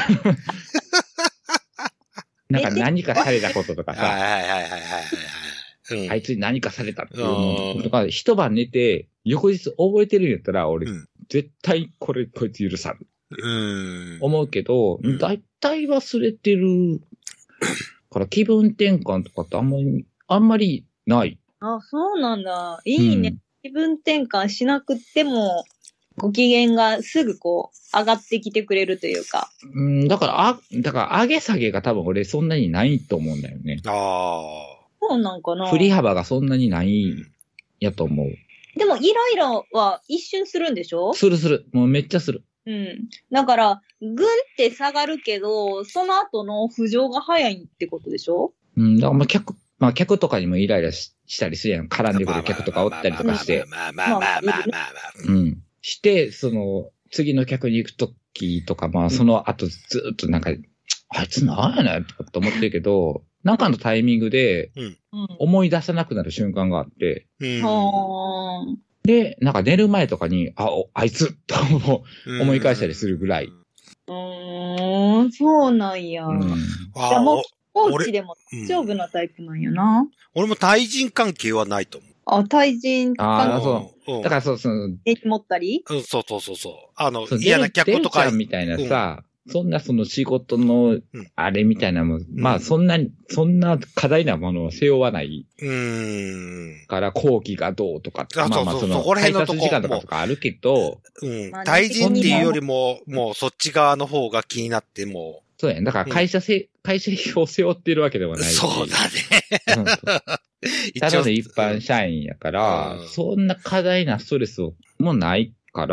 なんか何かされたこととかさ、 はいはいはいはいはい、 うん、あいつに何かされたっていうのとか、一晩寝て、翌日覚えてるんやったら、俺、うん、絶対これ、こいつ許さん。 うん。 思うけど、だいたい忘れてるから気分転換とかってあんまり、あんまりない。 あ、そうなんだ。いいね。うん、気分転換しなくても、ご機嫌がすぐこう、上がってきてくれるというか。 うん、だから、あ、だから上げ下げが多分俺そんなにないと思うんだよね。 ああ。 そうなんかな。 振り幅がそんなにないやと思う。 でも、イライラは一瞬するんでしょ？ するする。もうめっちゃする。 うん。だから、ぐんって下がるけど、その後の浮上が早いってことでしょ？ うん、だからまあ客、まあ客とかにもイライラ し, したりするやん。絡んでくる客とかおったりとかして。 まあまあまあまあまあまあまあ。 うん。して、その、次の客に行くときとか、まあその後ずっとなんか、あいつなんやねんとかって思ってるけど、なんかのタイミングで、思い出さなくなる瞬間があって、 うん、 で、なんか寝る前とかに、あ、あいつと思い返したりするぐらい。 うーん、そうなんや。うん、じゃあもう、コーチでも丈夫なタイプなんやな。 俺も対人関係はないと思う。 あ、対人関係。 ああ、そう。うん、だからそう、その、 手に持ったりうん、そうそうそうそう。あの、嫌な客とか。 みたいなさ、うん、そんなその仕事の、あれみたいなもん、うん、まあそんなに、そんな過大なものを背負わない。 うーん。 から、後期がどうとか、 あまあまあその、配達時間とかとかあるけど、 うん。対人っていうよりも、もうそっち側の方が気になっても。 そうやね。だから会社せ、うん、会社を背負ってるわけではないし。 そうだね。 ただの一般社員やから、うん、そんな過大なストレスもないから、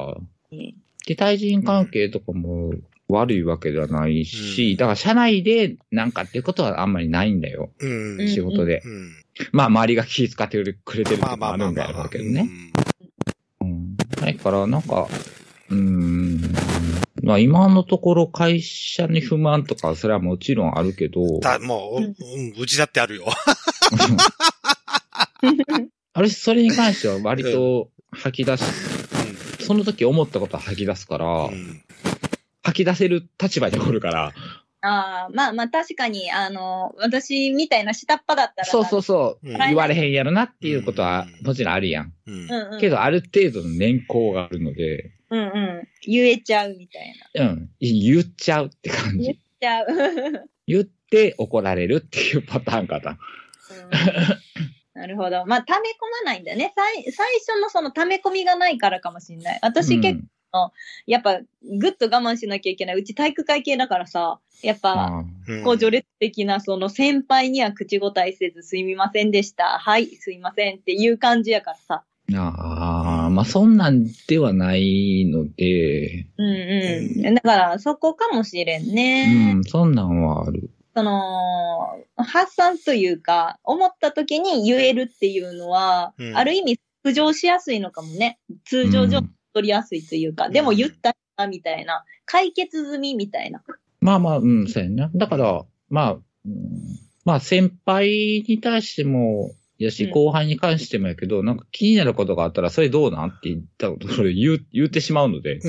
で、対人関係とかも悪いわけではないし、うん、だから社内でなんかっていうことはあんまりないんだよ。 うん、 仕事で。うん、まあ、周りが気遣ってくれてるとかあるんだろうけどね。だから、なんか、うーん、まあ今のところ会社に不満とか、それはもちろんあるけど。 だ、もう、うん、うちだってあるよ。 あれ、それに関しては割と吐き出し、うん、その時思ったことは吐き出すから、うん、吐き出せる立場におるから。 ああ、まあまあ確かに、あの、私みたいな下っ端だったら。 そうそうそう、うん、言われへんやろなっていうことはもちろんあるやん。 うんうん、 けどある程度の年功があるので。 うんうん。言えちゃうみたいな。うん。言っちゃうって感じ。 言っちゃう。 言って怒られるっていうパターンかな。 うん、なるほど。まあ、溜め込まないんだね。最、最初のその溜め込みがないからかもしれない。私結構、うん、やっぱ、ぐっと我慢しなきゃいけない。うち体育会系だからさ、やっぱ、こう、序列的な、その先輩には口答えせず、すみませんでした。はい、すいませんっていう感じやからさ。 ああ、まあそんなんではないので。 うんうん。だから、そこかもしれんね。 うん、そんなんはある。 その、発散というか、思った時に言えるっていうのは、うん、ある意味浮上しやすいのかもね。通常上取りやすいというか、うん、でも言ったな、みたいな。解決済みみたいな。 まあまあ、うん、そうやね。だから、まあ、うん、まあ先輩に対しても、やし、後輩に関してもやけど、うん、なんか気になることがあったら、それどうなんって言ったこと、それ言う、言ってしまうので。 うん。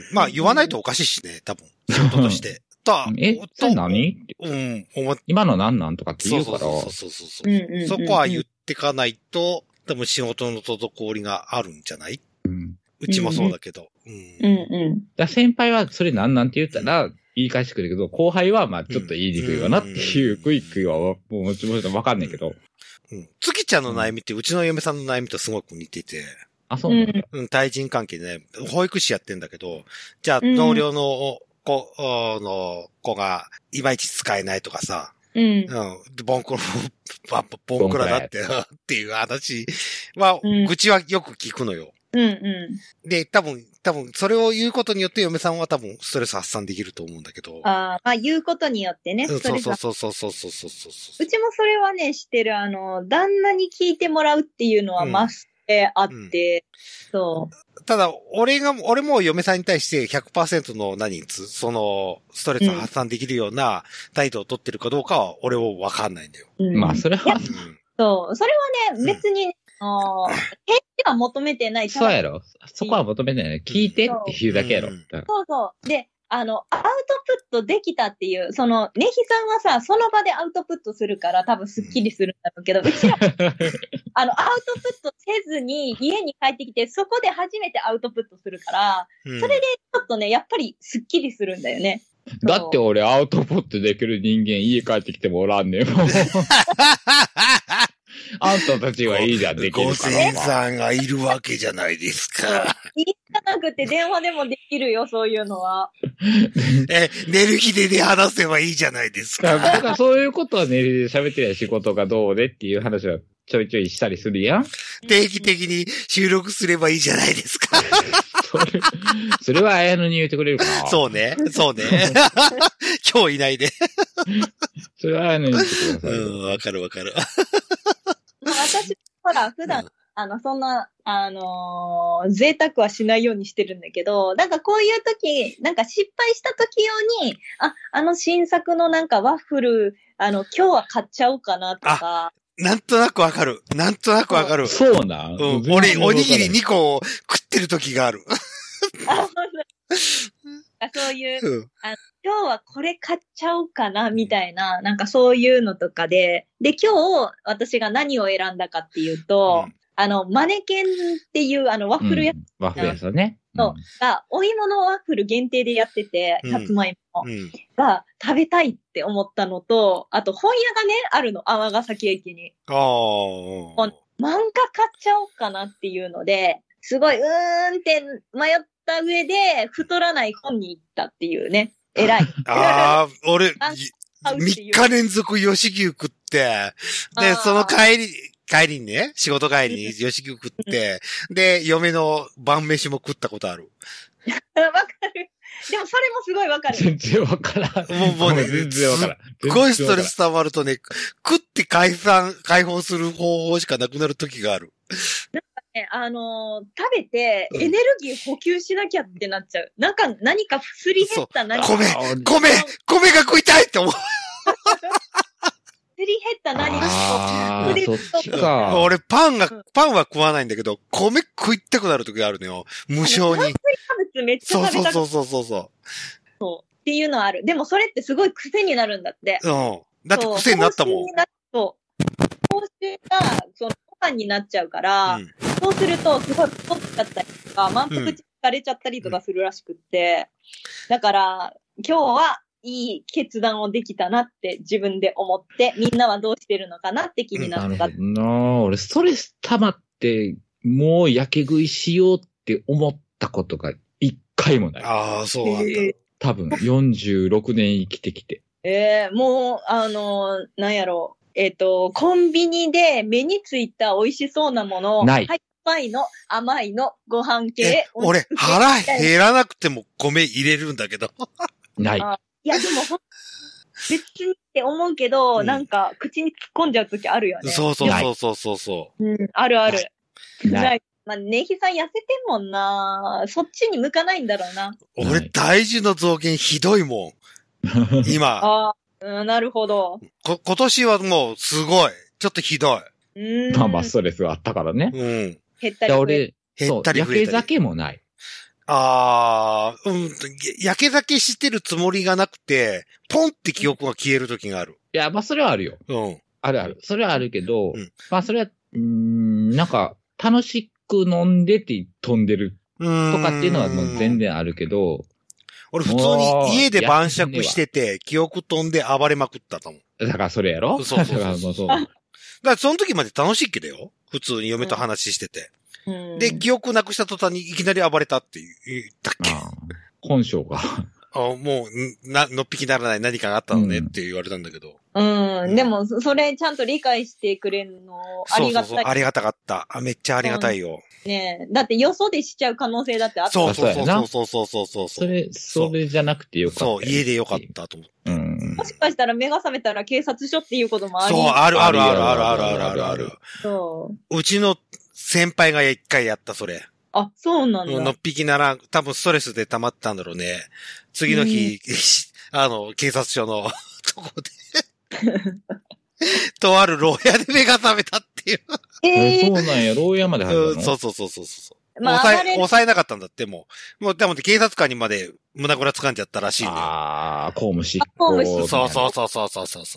まあ言わないとおかしいしね、多分。仕事として。 え、それ何うん。思今の何なんとかって言うから。 そうそうそうそうそう。そこは言ってかないと、多分仕事の滞りがあるんじゃない？うん。うちもそうだけど。 うん。うんうん。 だ先輩はそれ何なんて言ったら、言い返してくるけど、後輩はまあちょっと言いにくいよなっていうクイックは、もうもちろんわかんないけど。 うん。月ちゃんの悩みって、うちの嫁さんの悩みとすごく似てて。 あ、そうなんだ。 うん、対人関係でね、保育士やってんだけど、じゃあ、同僚の子の子がいまいち使えないとかさ、うん。うん。ボンクラ、ボンクラだって、っていう話は、愚痴はよく聞くのよ。 うんうん。 で、多分、多分、それを言うことによって嫁さんは多分ストレス発散できると思うんだけど。 ああ、まあ言うことによってね。 そうそうそうそうそうそうそうそう。 うちもそれはね、してる、あの、旦那に聞いてもらうっていうのはマスであって、うん、そう。 ただ、俺が、俺も嫁さんに対して ひゃくパーセント の何、その、ストレスを発散できるような態度を取ってるかどうかは、俺はわかんないんだよ。 うん、まあ、それは、うん。 そう。それはね、別に、あ返事は求めてない。 そうやろ。そこは求めてない。聞いてっていうだけやろ。 そうそう。で、あの、アウトプットできたっていう、その、ネヒさんはさ、その場でアウトプットするから多分スッキリするんだろうけど、うちら、あの、アウトプットせずに家に帰ってきて、そこで初めてアウトプットするから、うん、それでちょっとね、やっぱりスッキリするんだよね。 だって俺アウトプットできる人間家帰ってきてもおらんねん。あんたたちはいいじゃん、できるから。 ご先さんがいるわけじゃないですか。 いいじゃなくて電話でもできるよ、そういうのは。 え、寝る日でで話せばいいじゃないですか。 だからそういうことは寝る日で喋ってりゃ仕事がどうでっていう話はちょいちょいしたりするやん。 定期的に収録すればいいじゃないですか。 それ、それは綾野に言ってくれるかな。 そうね、そうね。今日いないで。 それは綾野に言ってください。 うん、わかるわかる。 私、ほら、普段、うん、あの、そんな、あのー、贅沢はしないようにしてるんだけど、なんかこういう時、なんか失敗した時用に、あ、あの新作のなんかワッフル、あの、今日は買っちゃおうかなとか。 なんとなくわかる。なんとなくわかる。 そうなん、 うん、俺、おにぎりにこを食ってる時がある。 あ、そういう、うん、あの、今日はこれ買っちゃおうかな、みたいな、なんかそういうのとかで、で、今日私が何を選んだかっていうと、うん、あの、マネケンっていうあの、ワッフルやつ、うん、 ワッフルやつね。 そう、が、お芋のワッフル限定でやってて、さつまいも、うん、が食べたいって思ったのと、あと本屋がね、あるの、尼崎駅に。 ああ。漫画買っちゃおうかなっていうので、すごい、うーんって迷った上で、太らない本に行ったっていうね。偉い。 ああ、俺、みっか連続吉牛食って、で、その帰り、帰りにね、仕事帰りに吉牛食って、で、嫁の晩飯も食ったことある。 わかる。でもそれもすごいわかる。 全然わからん。 もうもうね、 全然わからん。 すごいストレス溜まるとね、食って解散、解放する方法しかなくなる時がある。 なんかね、あのー、食べてエネルギー補給しなきゃってなっちゃう。なんか何かすり減った何か。 米、米、米が食いたいって思う。 すり減った何かあー、そっちか。 俺パンが、パンは食わないんだけど、米食いたくなる時があるのよ。無性に。 めっちゃ食べたくそうそうそうそうそう。 そう。っていうのはある。でもそれってすごい癖になるんだって。 うん。だって癖になったもん。 そう。口臭が、その、ご飯になっちゃうから、うん、そうすると、すごい太っちゃったりとか、満腹疲れちゃったりとかするらしくって。うん、だから、今日はいい決断をできたなって自分で思って、みんなはどうしてるのかなって気になった。 なるほどな。俺、ストレス溜まって、もうやけ食いしようって思ったことが一回もない。 ああ、そうなんだ。えー、 多分、よんじゅうろくねん生きてきて。 ええー、もう、あのー、なんやろう。えっ、ー、と、コンビニで目についた美味しそうなもの、 ない。 酸っぱいの、甘いの、ご飯系。 俺、腹減らなくても米入れるんだけど。 ない。 いや、でも、別にって思うけど、うん、なんか、口に突っ込んじゃうときあるよね。 そうそうそうそうそうそう。 うん、あるある。ない。まあ、ネヒさん痩せてんもんな。そっちに向かないんだろうな。 俺、体重の増減ひどいもん。今。 ああ、うん、なるほど。 こ、今年はもう、すごい。ちょっとひどい。うん。まあまあ、ストレスがあったからね。 うん。 減ったり増え俺、減ったり増えたり。焼け酒もない。 ああ、うん。焼け酒してるつもりがなくて、ポンって記憶が消える時がある。 いや、まあ、それはあるよ。 うん。 あるある。それはあるけど、うん、まあ、それは、うーん、なんか、楽しく飲んでて飛んでるとかっていうのはもう全然あるけど、 俺普通に家で晩酌してて、記憶飛んで暴れまくったと思う。 だからそれやろ？ そうそうそうそう。そうだからその時まで楽しいけどよ。普通に嫁と話してて。うん、で、記憶なくした途端にいきなり暴れたって言ったっけ？ 本性が。 あ、もう、な、のっぴきならない何かがあったのねって言われたんだけど。 うん。うん、でも、それちゃんと理解してくれるの、ありがたい。 そうそうそう、ありがたかった。あ、めっちゃありがたいよ。 うん、ねえ。だってよそでしちゃう可能性だってあった。 そうそうそうそうそうそうそう。 それ、それじゃなくてよかった。 そう、家でよかったと思って。うん。 もしかしたら目が覚めたら警察署っていうこともある。 そう、あるあるあるあるあるあるあるある。そう。うちの先輩が一回やった、それ。 あ、そうなんだ。 のっぴきなら、多分ストレスで溜まったんだろうね。次の日、あの、警察署のとこで、とある牢屋で目が覚めたっていう。 えー、そうなんや、牢屋まで入るの、 うん、そうそうそうそうそう。まあ、抑え、抑えなかったんだって、もう。もう、でも警察官にまで胸ぐら掴んじゃったらしいんだよ。 ああ、公務執行。公務執行。 そうそうそうそうそうそうそう。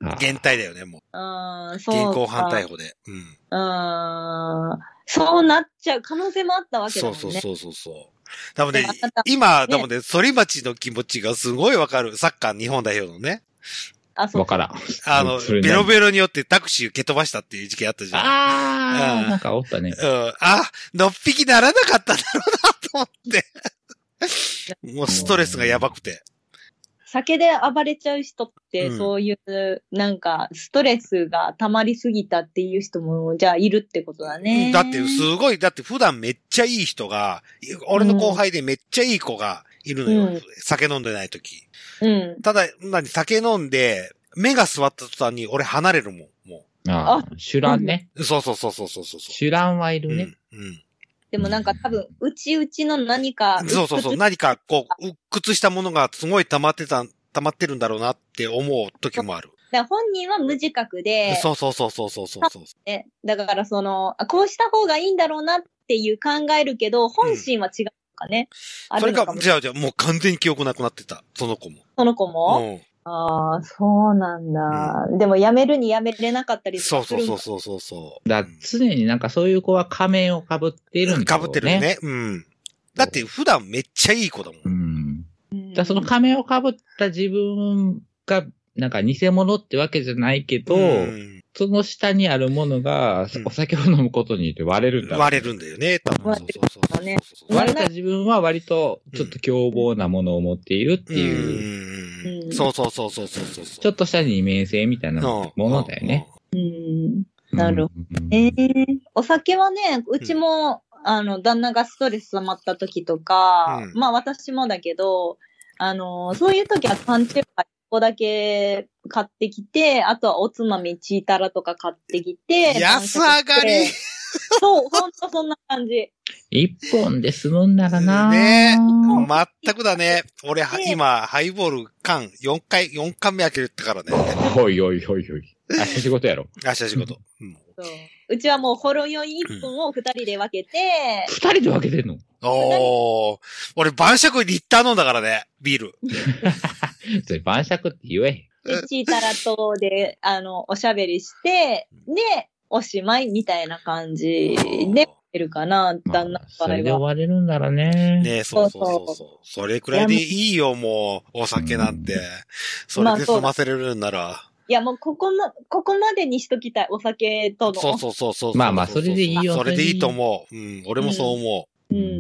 減退だよね、もう。 ああ、そう。 現行犯逮捕で。うん。 ああ。そうなっちゃう可能性もあったわけだもんね。 そうそうそうそう。多分ね、今、多分ね、反町の気持ちがすごいわかる。サッカー日本代表のね。 あ、そう。 わからん。 あの、ベロベロによってタクシー蹴飛ばしたっていう事件あったじゃん。 ああ、うん、なんかおったね。 うん。あ、のっぴきならなかったんだろうなと思って。もうストレスがやばくて。 酒で暴れちゃう人って、そういう、うん、なんか、ストレスが溜まりすぎたっていう人も、じゃあいるってことだね。 だって、すごい、だって普段めっちゃいい人が、俺の後輩でめっちゃいい子がいるのよ。うん、酒飲んでない時。うん。ただ、何、酒飲んで、目が座った途端に俺離れるもん、もう。ああ、シュランね。 そうそうそうそうそうそう。 シュランはいるね。うん。うん、 でもなんか多分、うちうちの何か。 そうそうそう。何か、こう、鬱屈したものがすごい溜まってた、溜まってるんだろうなって思う時もある。 だから本人は無自覚で。 そうそうそうそうそうそうそう。 ね、だからその、こうした方がいいんだろうなっていう考えるけど、本心は違うかね。 うん、それか、じゃあじゃあもう完全に記憶なくなってた。その子も。 その子も、うん、ああ、そうなんだ、うん。でも辞めるに辞めれなかったりする。 そうそうそうそうそうだ常になんかそういう子は仮面を被っているんだよね。 被ってるね。うん。だって普段めっちゃいい子だもん。 うん。だその仮面を被った自分がなんか偽物ってわけじゃないけど、うん、その下にあるものがお酒を飲むことによって割れるんだ、ね、 割れるんだよね。多分そうそうそうね。 割れた自分は割とちょっと凶暴なものを持っているっていう。 うん、そうそうそうそうそうそう。 ちょっとした二面性みたいなものだよね。 うん。なるほど。えー、お酒はね、うちも、うん、あの、旦那がストレス溜まった時とか、うん、まあ私もだけど、あの、そういう時は缶チューハイいっこだけ買ってきて、あとはおつまみチータラとか買ってきて。 安上がりそう、ほんとそんな感じ。 一本で済むんならなねえ、全くだね。俺、今、ハイボール缶よんかい、よんかんめ開けるってからね。 おいおいおいおい。明日仕事やろ。 明日仕事。 うん、そううちはもうほろ酔い一本を二人で分けて。 二、うん、人で分けてんの？ おー。俺晩酌リッター飲んだからね、ビール。 それ晩酌って言えへん。 で、チータラとで、あの、おしゃべりして、で、おしまいみたいな感じで、いるかな、旦那の場合は。 それで終われるんならね。 ねえ、そうそうそうそう。それくらいでいいよ、もう、お酒なんて。それで済ませれるんなら。 いや、もう、ここの、ここまでにしときたい、お酒との。 そうそうそうそう。 まあまあ、それでいいよ。 それでいいと思う。うん、俺もそう思う。うん。うん、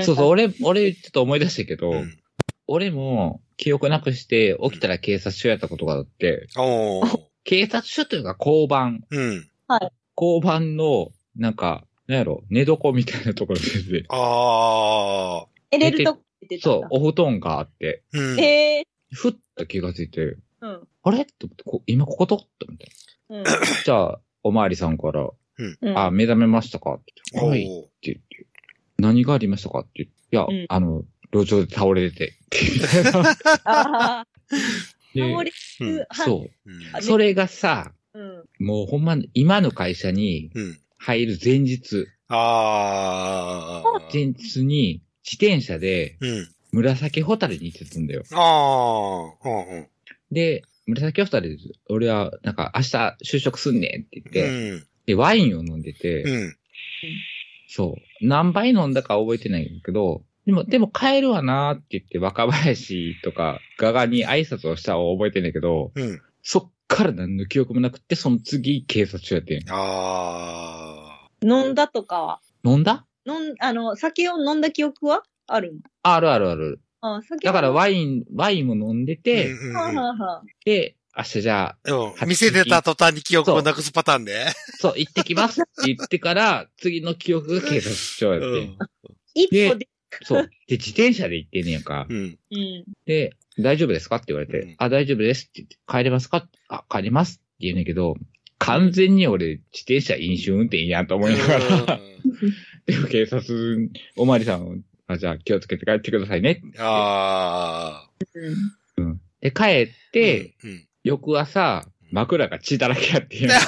そうそう、俺、俺、ちょっと思い出したけど、うん、俺も、記憶なくして、起きたら警察署やったことがあって、 おー。 警察署というか交番。 うん。 はい。 交番の、なんか、なんやろ、寝床みたいなところで。 ああ。 寝れるとこ出てた。そう、お布団があって。 うん。 へえ。 ふっと気がついて。 うん。 あれって思って、こ今こことって思って。うん、じゃあ、おまわりさんから、うん、あ、目覚めましたかって言って、はい。って言って、何がありましたかって言って、いや、うん、あの、路上で倒れてて、って言って。あ倒れて、そう。それがさ、うん、もうほんま、今の会社に入る前日。ああ。前日に自転車で、紫ホタルに行ってたんだよ。ああ。うん、で、紫ホタルで、俺は、なんか、明日就職すんねんって言って、うん、で、ワインを飲んでて、うん、そう。何杯飲んだか覚えてないんだけど、でも、でも帰るわなーって言って、若林とか、ガガに挨拶をしたのを覚えてんだけど、うん、そっから何の記憶もなくって、その次、警察署やってん。ああ。飲んだとかは飲んだ飲ん、あの、酒を飲んだ記憶はあるの？ あるあるある。あだからワイン、ワインも飲んでて、うんうんうん、で、明日じゃあ、 うん、店出た途端に記憶をなくすパターンで。 そう、そう行ってきますって言ってから、次の記憶が警察署やって。うん、 一歩で。 そう。で、自転車で行ってんねやんか。うん、で、大丈夫ですかって言われて、うん、あ、大丈夫ですって言って、帰れますかあ、帰りますって言うねんけど、完全に俺、自転車飲酒運転やんと思いながら、でも警察、おまわりさん、あ、じゃあ気をつけて帰ってくださいね。ああ。うん。で、帰って、うんうん、翌朝、枕が血だらけやっていう。え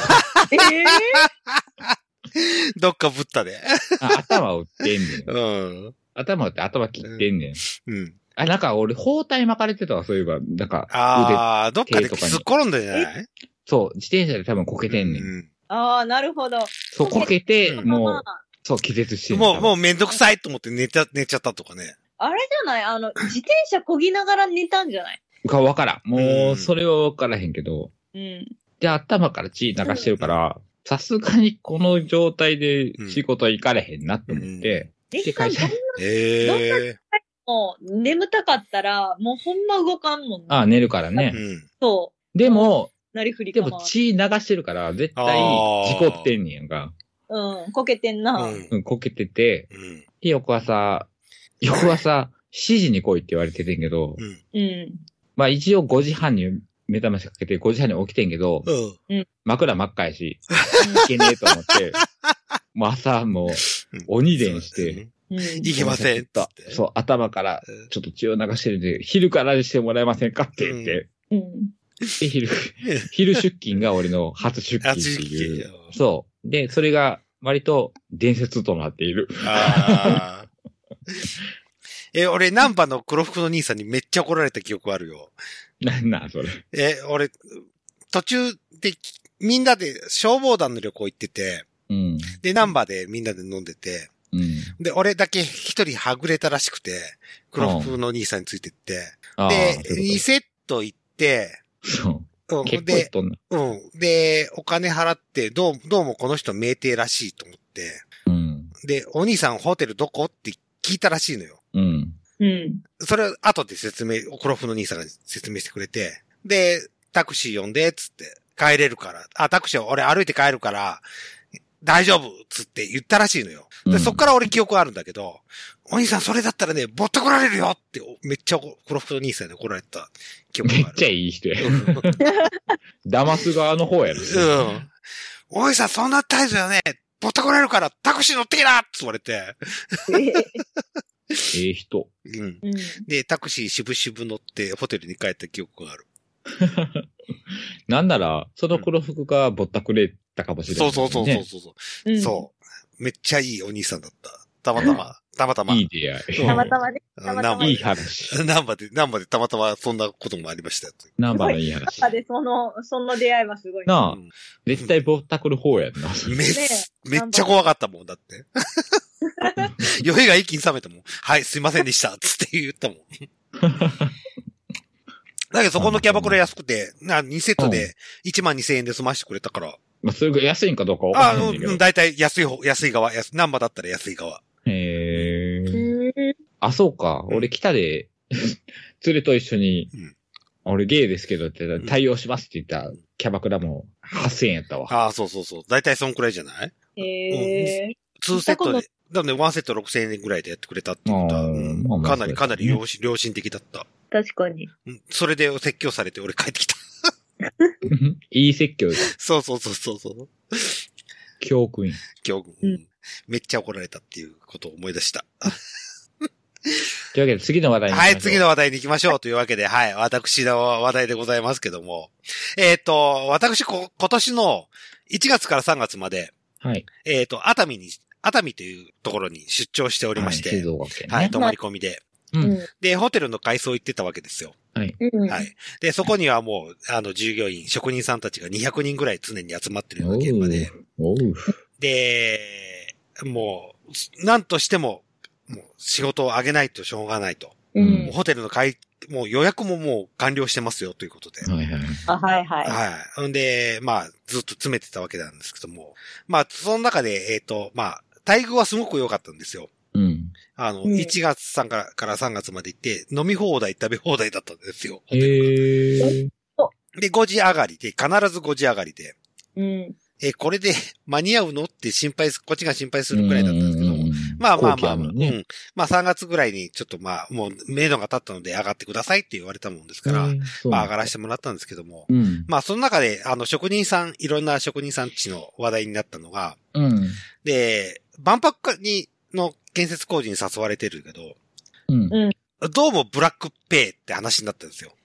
ー、どっかぶったで。 頭を打ってんねん。うん。頭打って頭切ってんねん。うん。あ、なんか俺、包帯巻かれてたわ、そういえば。なんか、腕、 ああ、どっかで突っ転んだじゃないそう、自転車で多分こけてんねん。うん、 ああ、なるほど。 そう、こけて、もう、そう、気絶してる。 もう、もうめんどくさいと思って寝ちゃ、寝ちゃったとかね。 あれじゃないあの、自転車漕ぎながら寝たんじゃないかわからん。もう、それはわからへんけど。うん。で、頭から血流してるから、さすがにこの状態で仕事行かれへんなって思って、うん、で、会社に。 ええー。もう、眠たかったら、もうほんま動かんもんね。 ああ、寝るからね。うん、そう。でも、なりふりでも血流してるから、絶対事故ってんねやんか。 うん、こけてんな。 うん、こけてて、うん、で、翌朝、翌朝、しちじに来いって言われててんけど、うん。まあ一応ごじはんに目覚ましかけてごじはんに起きてんけど、うん。枕真っ赤やし、いけねえと思って、もう朝もう鬼伝して、 うん、いけませんと。 そう、頭からちょっと血を流してるんで、昼からにしてもらえませんかって言って、うん。で、昼、昼出勤が俺の初出勤っていう。そう。で、それが割と伝説となっている。あえ、俺、ナンバの黒服の兄さんにめっちゃ怒られた記憶あるよ。 なんな、それ。 え、俺、途中で、みんなで消防団の旅行行ってて、うん、で、ナンバでみんなで飲んでて、うん、で、俺だけ一人はぐれたらしくて、黒服の兄さんについてって、で、にセット行って、 そう。うん、で、 うん。で、お金払って、どう、どうもこの人酩酊らしいと思って、うん、で、お兄さんホテルどこって聞いたらしいのよ。うん。うん。それ後で説明、黒服の兄さんが説明してくれて、で、タクシー呼んで、つって、帰れるから、あ、タクシー俺歩いて帰るから、大丈夫つって言ったらしいのよ。で、うん、そっから俺記憶あるんだけど、お兄さんそれだったらね、ぼったくられるよって、めっちゃ黒服の兄さんで怒られた記憶がある。 めっちゃいい人や。騙す側の方やろ。うん。 お兄さんそんな態度よね、ぼったくられるからタクシー乗ってきなって言われて。 ええ人。 うん。で、タクシー渋々乗ってホテルに帰った記憶がある。 なんなら、その黒服がぼったくれたかもしれない、ね。 そうそうそうそうそう、うん。そう。めっちゃいいお兄さんだった。たまたま。たまたま。 いい出会い。 たまたまね。たまたまいい話。 ナンバで、ナンバでたまたまそんなこともありましたよ。 ナンバのいい話。ナンバでその、その出会いはすごい。 なあ、うん、絶対ぼったくる方やんな。 めっ、めっちゃ怖かったもん、だって。酔いが一気に冷めたもん。はい、すいませんでした。つって言ったもん。だけどそこのキャバクラ安くて、にセットでいちまんにせんえんで済ましてくれたから。 まあ、それが安いんかどうかわかんないけど。 あ、うん、だいたい安い方、安い側、安、ナンバだったら安い側。 へー。あ、そうか。うん、俺北で、連れと一緒に、うん、俺ゲイですけどって対応しますって言ったキャバクラもはっせんえんやったわ。 ああ、そうそうそう。だいたいそんくらいじゃない？ へー。 にセットで、だからね、いちセットろくせんえんぐらいでやってくれたって言った。うん、かなり、かなり良心、良心的だった。 確かに。 それで説教されて俺帰ってきた。 いい説教だ。 そうそうそうそうそう。 教訓。 教訓、うん。めっちゃ怒られたっていうことを思い出した。 というわけで次の話題に行きましょう。 はい、次の話題に行きましょうというわけで、はい、私の話題でございますけども。えっ、ー、と、私こ、今年のいちがつからさんがつまで、 はい。 えっ、ー、と、熱海に、熱海というところに出張しておりまして、はい、 静岡県ね。 はい、泊まり込みで。 うん。 で、ホテルの改装行ってたわけですよ。 はい。 はい。で、そこにはもう、あの、従業員、職人さんたちがにひゃくにんぐらい常に集まってるような現場で。 おう。 で、もう、なんとしても、もう仕事を上げないとしょうがないと。 うん、 ホテルの会、もう予約ももう完了してますよということで。 はいはい。 あ、はいはい。 はい。んで、まあ、ずっと詰めてたわけなんですけども。まあ、その中で、えっ、ー、と、まあ、待遇はすごく良かったんですよ。 うん。 あの、うん、いちがつさんから、からさんがつまで行って、飲み放題、食べ放題だったんですよ。 へー。 で、ごじ上がりで、必ずごじ上がりで。 うん。 え、これで間に合うのって心配す、こっちが心配するくらいだったんですけども。まあまあまあ、ね、うん。まあさんがつぐらいにちょっとまあ、もう、明度が立ったので上がってくださいって言われたもんですから、まあ上がらせてもらったんですけども。 うん、 まあその中で、あの、職人さん、いろんな職人さんちの話題になったのが、 うん、 で、万博に、の建設工事に誘われてるけど、 うん、 どうもブラックペイって話になったんですよ。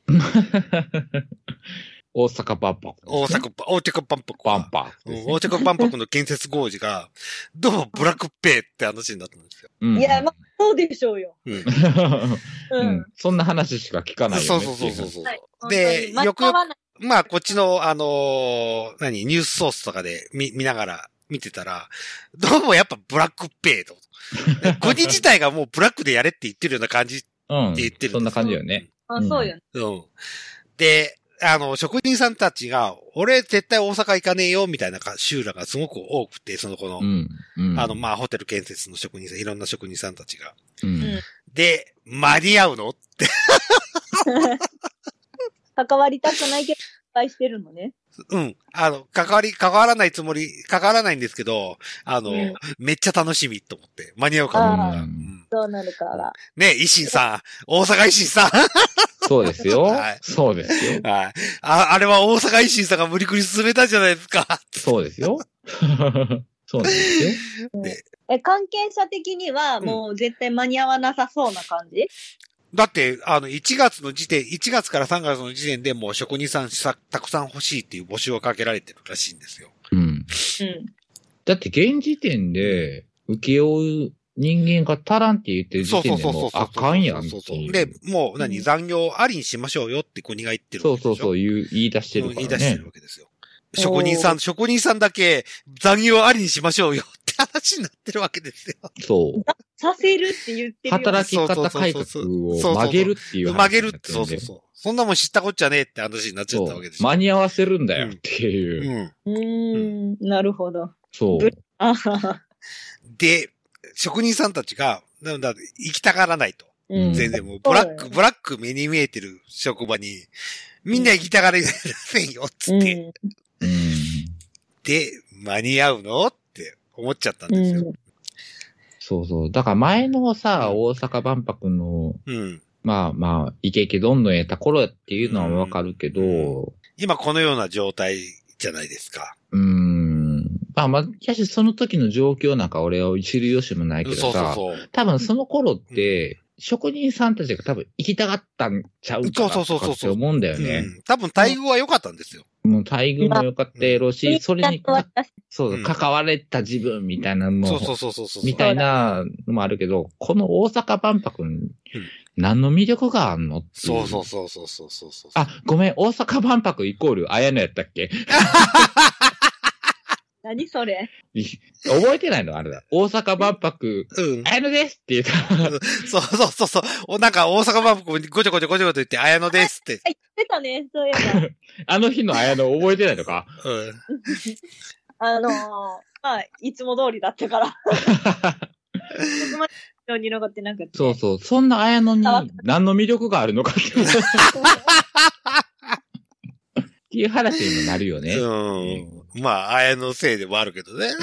大阪万博、ね。 大阪、大阪万博。 万博、 ね。大阪万博の建設工事が、どうもブラックペイって話になったんですよ。 うん、いや、まあ、そうでしょうよ。 うん。 うん。そんな話しか聞かないよね。 そうそうそうそう。はい、で、よくよく、まあ、こっちの、あのー、何、ニュースソースとかで見、見ながら見てたら、どうもやっぱブラックペイと。国自体がもうブラックでやれって言ってるような感じって言ってるんですよ。 うん、そんな感じよね。 あ、そうよね。 うん。で、あの、職人さんたちが、俺絶対大阪行かねえよ、みたいな集落がすごく多くて、その子の、 うんうん、 あの、まあ、ホテル建設の職人さん、いろんな職人さんたちが。 うん、 で、間に合うのって。 関わりたくないけど、失敗してるのね。 うん。あの、関わり、関わらないつもり、関わらないんですけど、あの、うん、めっちゃ楽しみと思って、間に合うかどうか。うん、 どうなるかが。 ね、維新さん、大阪維新さん。 そうですよ。 はい。 そうですよ。 はい。あ、あれは大阪維新さんが無理くり進めたじゃないですか。 そうですよ。そうなんですよ。 でえ、関係者的にはもう絶対間に合わなさそうな感じ、うん、 だって、あの、いちがつの時点、いちがつからさんがつの時点でもう職人さんさたくさん欲しいっていう募集をかけられてるらしいんですよ。 うん。うん。 だって現時点で請け負う人間が足らんって言ってる時点でもうあかんやん。 そうそうそう。で、もう何、うん、残業ありにしましょうよって国が言ってるわけでしょ。 そうそうそう、言, 言い出してるからね。 言い出してるわけですよ。職人さん、職人さんだけ残業ありにしましょうよって話になってるわけですよ。 そう。 させるって言ってるよ。 働き方改革を曲げるっていう話。 曲げるって、そうそうそう。そんなもん知ったこっちゃねえって話になっちゃったわけですよ。 間に合わせるんだよっていう。 うん。うん、うん、なるほど。 そう。 で、職人さんたちが、なんだ、行きたがらないと。 うん、 全然もう、ブラック、ブラック目に見えてる職場に、みんな行きたがりませんよ、つって。 うん、 で、間に合うのって思っちゃったんですよ。 うん、 そうそう。だから前のさ、うん、大阪万博の、 うん、 まあまあ、イケイケどんどん得た頃っていうのはわかるけど、うん、 今このような状態じゃないですか。 うーん。まあまあ、やしその時の状況なんか俺は知る由もないけどさ、 そうそうそう。 多分その頃って、うん、職人さんたちが多分行きたがったんちゃうかなとかって思うんだよね。 うん、多分待遇は良かったんですよ。 もう待遇も良かったやろうし、それにか、そう、関われた自分みたいなのも、 そうそうそうそう。 みたいなのもあるけど、この大阪万博に何の魅力があんのっていう。 そうそうそうそうそうそう。 あ、ごめん、大阪万博イコール綾野やったっけ何それ覚えてないのあれだ。大阪万博、 うん。 綾野ですって言った。 そうそうそうそう。なんか大阪万博にごちょごちょごちょごちょ言って、綾野ですって。 言ってたね、そういえば。 あの日の綾野覚えてないのかうん。 あのー、まあ、いつも通りだったから。そこまでに残ってなくて。 そうそう。そんな綾野に何の魅力があるのかって。っていう話にもなるよね。 うん。まあ、綾野のせいでもあるけどね。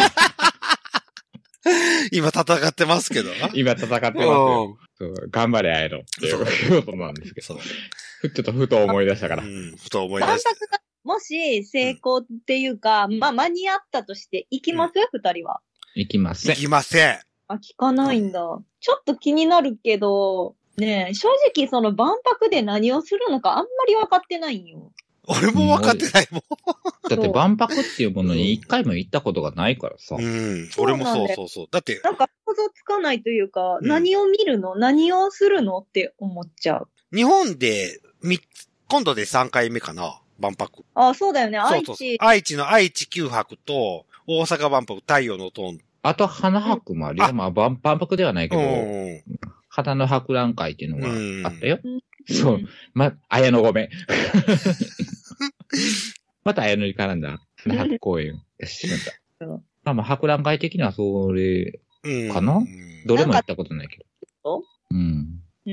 今戦ってますけど。 今戦ってますよ。そう頑張れ、綾野っていうことなんですけど。 ちょっとふと思い出したから。うん、 ふと思い出した。 万博がもし成功っていうか、うん、まあ間に合ったとして行きます、うん、二人は。 行きません。 行きません。 あ、聞かないんだ。ちょっと気になるけど、ねえ、正直その万博で何をするのかあんまり分かってないんよ。 俺も分かってないもん。 だって万博っていうものに一回も行ったことがないからさ。 うん。俺もそうそうそう。だって。 なんか想像つかないというか、うん、何を見るの何をするのって思っちゃう。 日本で、み、今度でさんかいめかな万博。 あ、そうだよね。愛知。 そうそうそう愛知の愛知九博と、大阪万博太陽の塔。 あと花博もあるよ。うん、まあ万、万博ではないけど、うん、花の博覧会っていうのがあったよ。うん、そう。ま、綾野ごめん。また綾野に絡んだ花博公園がしまった。まあまあ博覧会的にはそれかな、うん、どれも行ったことないけど。うん。 うん。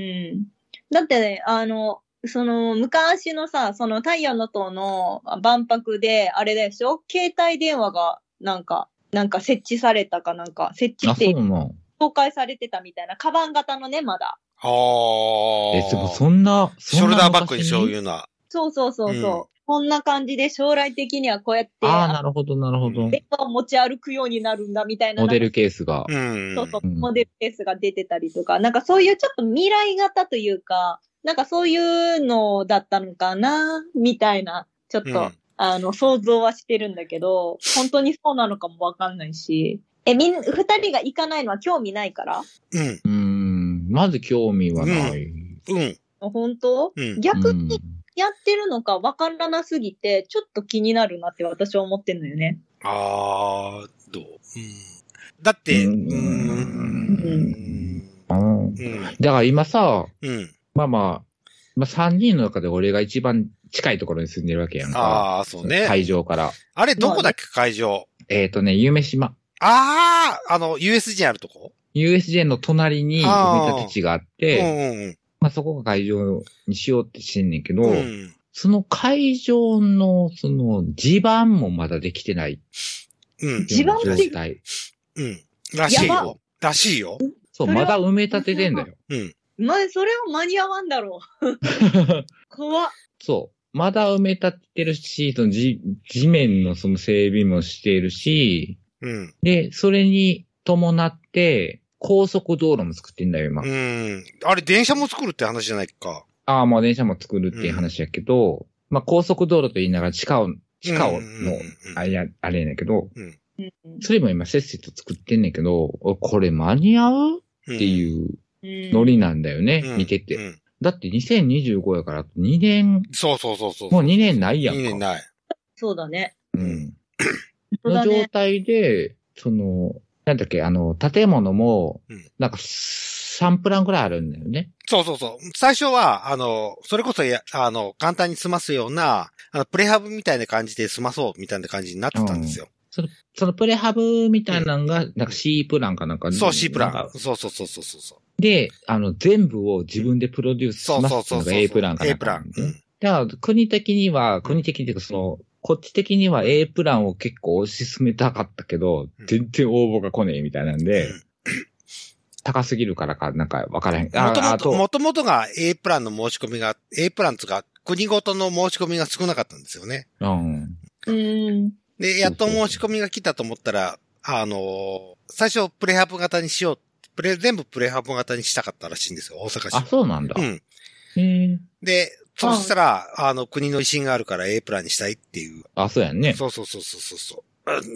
だってね、あの、その昔のさ、その太陽の塔の万博で、あれでしょ携帯電話がなんか、なんか設置されたかなんか、設置って公開されてたみたいな、カバン型のね、まだ。 ああ。 え、でもそんな、 ショルダーバッグにそういうな。 そうそうそうそう。うん、こんな感じで将来的にはこうやって。 ああ、なるほど、なるほど。 電話を持ち歩くようになるんだみたいな。 モデルケースが。 そうそう、モデルケースが出てたりとか、なんかそういうちょっと未来型というか、なんかそういうのだったのかなみたいな、ちょっと、うん、あの、想像はしてるんだけど、本当にそうなのかもわかんないし。え、みん、二人が行かないのは興味ないから？ うん。 うん、まず興味はない。 うん。 うん、本当？うん、逆にやってるのかわからなすぎて、ちょっと気になるなって私は思ってんのよね。 あー、どう？うん。だって、うーん。 うん。うん。だから今さ、 うん。 まあまあ、まあさんにんの中で俺が一番近いところに住んでるわけやんか。 ああ、そうね。 会場から。 あれ、どこだっけ、会場。 えっとね、夢島。 ああ、あの、ユーエスジェー あるとこユーエスジェー の隣に埋め立て地があって、 うんうん、 まあそこが会場にしようってしてんねんけど、うん、その会場の、その、地盤もまだできてない。 うん。 地盤状態。 うん。らしいよ。らしいよ。 そう、まだ埋め立ててんだよ。 うん。 前、それは間に合わんだろう。怖っ。 そう。まだ埋め立ててるし、その地、地面のその整備もしているし、 うん。 で、それに伴って、高速道路も作ってんだよ、今。 うん。あれ、電車も作るって話じゃないか。 ああ、もう電車も作るっていう話やけど、うん、まあ高速道路と言いながら地下を、地下をの、あれや、あれやねんけど、うん、それも今せっせと作ってんねんけど、これ間に合うっていうノリなんだよね、うん、見てて。うん、だってにせんにじゅうごやからにねん。 そうそうそうそう。 もうにねんないやんか。 にねんない。 そうだね。 うん。その状態で、その、なんだっけ、あの、建物も、なんか、さんプランぐらいあるんだよね。 そうそうそう。最初は、あの、それこそや、あの、簡単に済ますような、あの、プレハブみたいな感じで済まそうみたいな感じになってたんですよ。 うん、その、そのプレハブみたいなのが、なんか C プランかなんか、 そう、C プラン。そうそうそうそうそう。 で、あの、全部を自分でプロデュースしますっていうのが A プランかなんか。 A プラン。うん。 だから、国的には、国的にというかその、こっち的には A プランを結構推し進めたかったけど、うん、全然応募が来ねえみたいなんで、うん、高すぎるからか、なんかわからへん。 もともと、もともとが A プランの申し込みが、A プランつが国ごとの申し込みが少なかったんですよね。 うん。 うん。 で、やっと申し込みが来たと思ったら、あのー、最初プレハブ型にしよう。プレ、全部プレハブ型にしたかったらしいんですよ、大阪市。 あ、そうなんだ。 うん。 へで、そしたら、あの、国の威信があるから A プランにしたいっていう。 あ、そうやんね。 そうそうそうそうそう。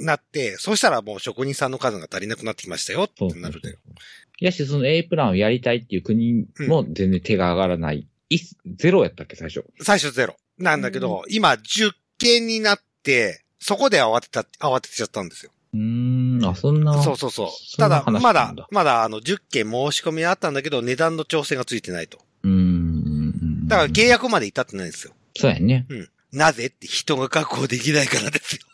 なって、そしたらもう職人さんの数が足りなくなってきましたよってなるで。 いやし、その A プランをやりたいっていう国も全然手が上がらない。うん、ゼロやったっけ、最初。 最初ゼロ。なんだけど、うん、今じゅっけんになって、そこで慌てた、慌てちゃったんですよ。 うーん、あ、そんな。 そうそうそう。ただ、まだ、まだあの、じゅっけん申し込みあったんだけど、値段の調整がついてないと。 うーん。 だから契約まで至ってないんですよ。 そうやね。 うん。なぜって人が確保できないからですよ。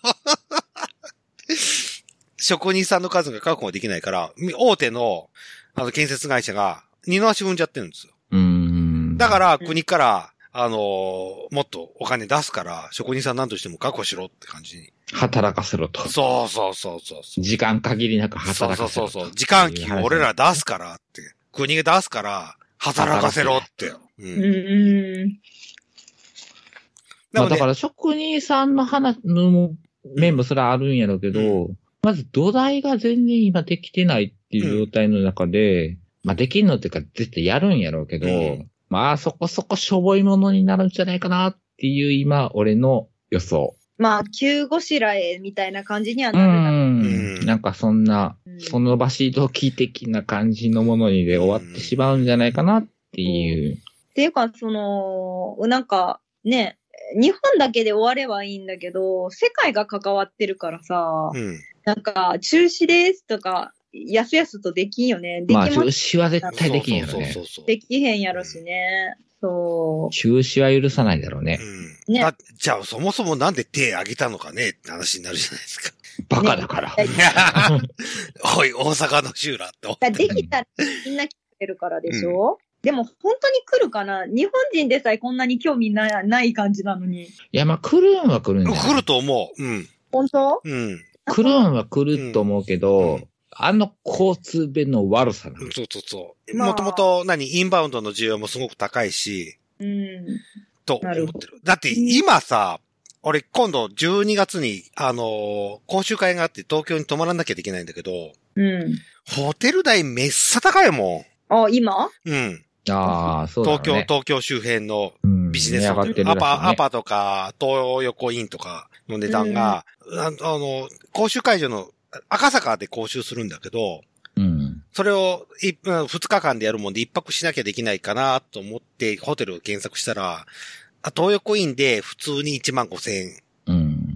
職人さんの数が確保できないから、大手の、あの、建設会社が二の足踏んじゃってるんですよ。 うーん。 だから、国から、あのー、もっとお金出すから、職人さん何としても確保しろって感じに。 働かせろと。 そうそうそうそう。 時間限りなく働かせろと。 そうそうそう。時間給俺ら出すからって。国が出すから、働かせろって。 うん。うん。 まあだから職人さんの話の面もそれはあるんやろうけど、うん、まず土台が全然今できてないっていう状態の中で、うん、まあできんのっていうか絶対やるんやろうけど、うん、まあそこそこしょぼいものになるんじゃないかなっていう今俺の予想。 まあ急ごしらえみたいな感じにはなるな。 うん。なんかそんな、うん、その場しどき的な感じのものにで終わってしまうんじゃないかなっていう。うん、 っていうかその、なんかね、日本だけで終わればいいんだけど、世界が関わってるからさ、うん、なんか中止ですとか、やすやすとできんよね。できまあ中止は絶対できんやろね。 できへんやろしね。そう。 中止は許さないだろうね。 うん、ね。じゃあそもそもなんで手挙げたのかねって話になるじゃないですか。 バカだから。ね、 おい、大阪のシューラって思って。 できたらみんな来てるからでしょ、うん、でも本当に来るかな？日本人でさえこんなに興味なない感じなのに。いや、まあ来るんは来るんじゃない？ 来ると思う。うん。 本当？ うん。 来るんは来ると思うけど、うんうん、あの交通便の悪さなの。 そうそうそう。もともと何、インバウンドの需要もすごく高いし、うん。と思ってる。るだって今さ、俺今度じゅうにがつに、あのー、講習会があって東京に泊まらなきゃいけないんだけど、うん。ホテル代めっさ高いもん。あ、今？ うん。 ああ、そうだね。 東京、東京周辺のビジネスホテル、うんね、アパ、アパとか、東横インとかの値段が、うん、あ, あの、講習会場の赤坂で講習するんだけど、うん、それをふつかかんでやるもんで一泊しなきゃできないかなと思ってホテルを検索したら、東横インで普通にいちまんごせんえん。うん、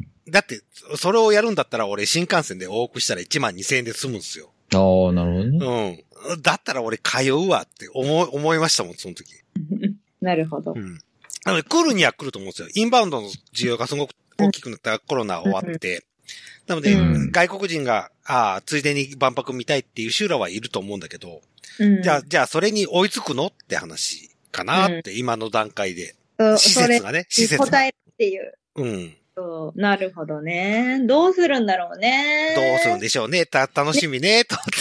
だって、それをやるんだったら俺新幹線で往復したらいちまんにせんえんで済むんですよ。 ああ、なるほどね。 うん。だったら俺通うわって思い、思いましたもん、その時。 なるほど。うん。 なので来るには来ると思うんですよ。インバウンドの需要がすごく大きくなったコロナ終わって。なので、うん、外国人が、ああ、ついでに万博見たいっていう集落はいると思うんだけど、うん、じゃあ、じゃあそれに追いつくのって話かなって、うん、今の段階で。施設がね、施設が。 答えっていう。 うん。 そうなるほどね。どうするんだろうね。 どうするんでしょうね。た、楽しみね、と思って。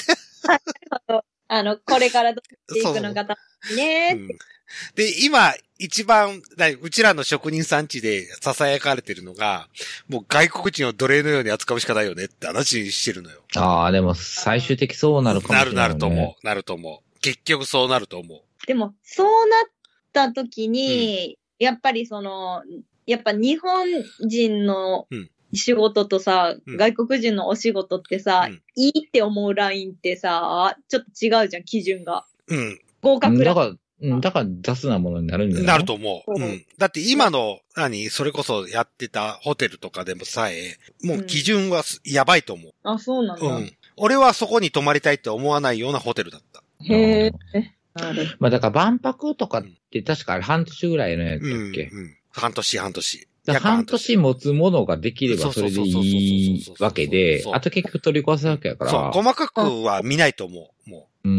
なるほど。あの、これからどうしていくのか楽しみね、うん。 で、今、一番、うちらの職人さんちで囁かれてるのが、もう外国人を奴隷のように扱うしかないよねって話してるのよ。 ああ、でも最終的そうなるかもしれない、ね。 なるなると思う。なると思う。結局そうなると思う。 でも、そうなった時に、うん、やっぱりその、やっぱ日本人の仕事とさ、うん、外国人のお仕事ってさ、うん、いいって思うラインってさ、ちょっと違うじゃん、基準が。うん。合格だから、うん、だから雑なものになるんじゃない？ なると思う。うん。だって今の、何、それこそやってたホテルとかでもさえ、もう基準はやばいと思う。 うん、あ、そうなんだ。うん。 俺はそこに泊まりたいって思わないようなホテルだった。 へえ。 まあだから万博とかって確かあれ半年ぐらいのやつだっけ？うん、うん。 半年、半年。 半年持つものができればそれでいいわけで、あと結局取り壊すわけやから。 そう、細かくは見ないと思う、もう。うん。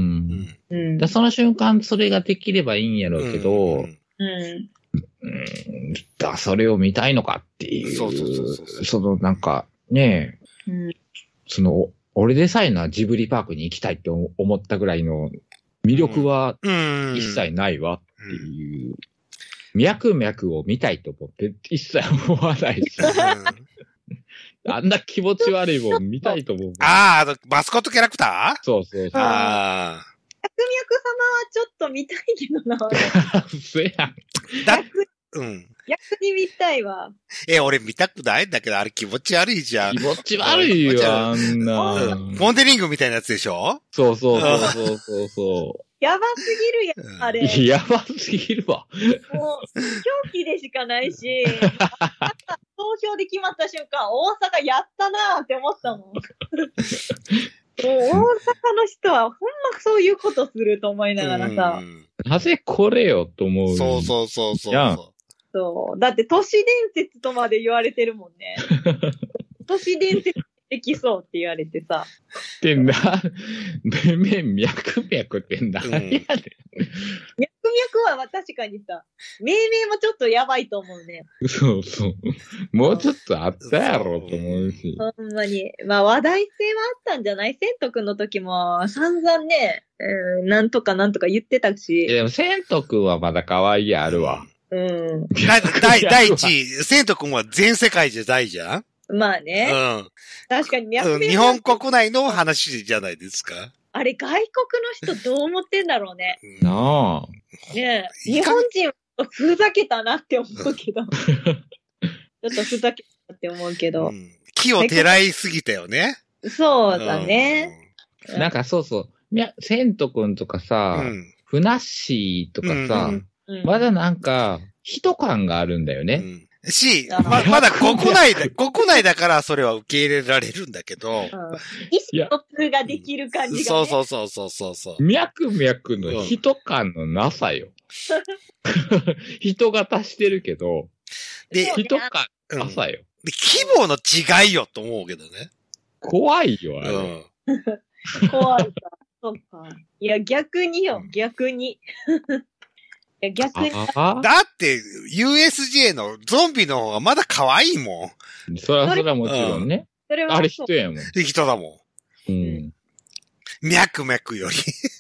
うん。だその瞬間それができればいいんやろうけど、うん。うん。うん、だそれを見たいのかっていう、そうそうそうそうそのなんか、ねえ、うん、その、俺でさえなジブリパークに行きたいって思ったぐらいの魅力は一切ないわっていう。うんうん、脈々を見たいと思って一切思わないし。あんな気持ち悪いもん見たいと思う。 ああ、マスコットキャラクター？ そうそうそう。ああ。 脈々様はちょっと見たいけどな。 嘘やん。 だ、うん。 逆に見たいわ。 え、俺見たくないんだけど、あれ気持ち悪いじゃん。 気持ち悪いよ、あんな。 モンデリングみたいなやつでしょ？ そうそうそうそうそうそう。 やばすぎるやん、あれ。 やばすぎるわ。 もう、狂気でしかないし、投票で決まった瞬間、大阪やったなーって思ったもん。もう大阪の人はほんまそういうことすると思いながらさ。 なぜこれよと思う。 そうそうそうそう。 そう。だって都市伝説とまで言われてるもんね。都市伝説できそうって言われてさ。 ってな、めめ脈々って何やねん。脈々 は確かにさ、命名もちょっとやばいと思うね。 そうそう。もうちょっとあったやろと思うし。 ほんまに。まあ話題性はあったんじゃない？千斗くんの時も散々ね、うん、なんとかなんとか言ってたし。 でも千斗くんはまだ可愛いあるわ。 うん。 第、第一位、千と君は全世界じゃないじゃん？ まあね。 うん。 確かに脈々、 日本国内の話じゃないですか。 あれ、外国の人どう思ってんだろうね。 なあ。 ねえ。日本人はふざけたなって思うけど。ちょっとふざけたって思うけど。うん、 木をてらいすぎたよね。 そうだね。 うん、なんかそうそう。千とくんとかさ、うん、ふなっしーとかさ、うん、まだなんか、人感があるんだよね。うんし、ま、まだ国内だ、国内だからそれは受け入れられるんだけど。うん、意思疎通ができる感じが、ね。 そうそうそうそうそう。 脈々の人感のなさよ。人が足してるけど、で、人感のなさよ、 うん。で、規模の違いよと思うけどね。 怖いよ、あれ。 うん、怖いか。そうか。いや、逆によ、逆に。いや逆に。 だって、ユーエスジェー のゾンビの方がまだ可愛いもん。そらそらもちろんね。それはあれ人やもん。 人だもん。うん。脈々より。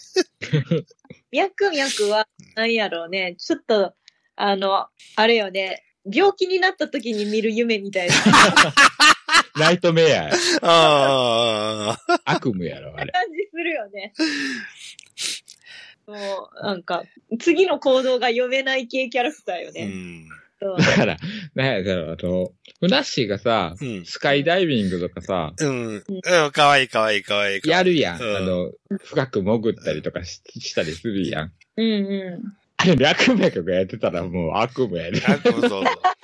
脈々は何やろうね。ちょっと、あの、あれよね。病気になった時に見る夢みたいな。 ナイトメア。 ああ。悪夢やろ、あれ。 感じするよね。もう、なんか、次の行動が読めない系キャラクターよね。 うん、だから、なんやだろう、あの、ふなっしーがさ、うん、スカイダイビングとかさ、 うん、うん、かわいいかわいいかわいい。 やるやん。うん、あの、深く潜ったりとか し, したりするやん。 うんうん。 あれ、脈々がやってたらもう悪夢やね。 悪夢そうそう。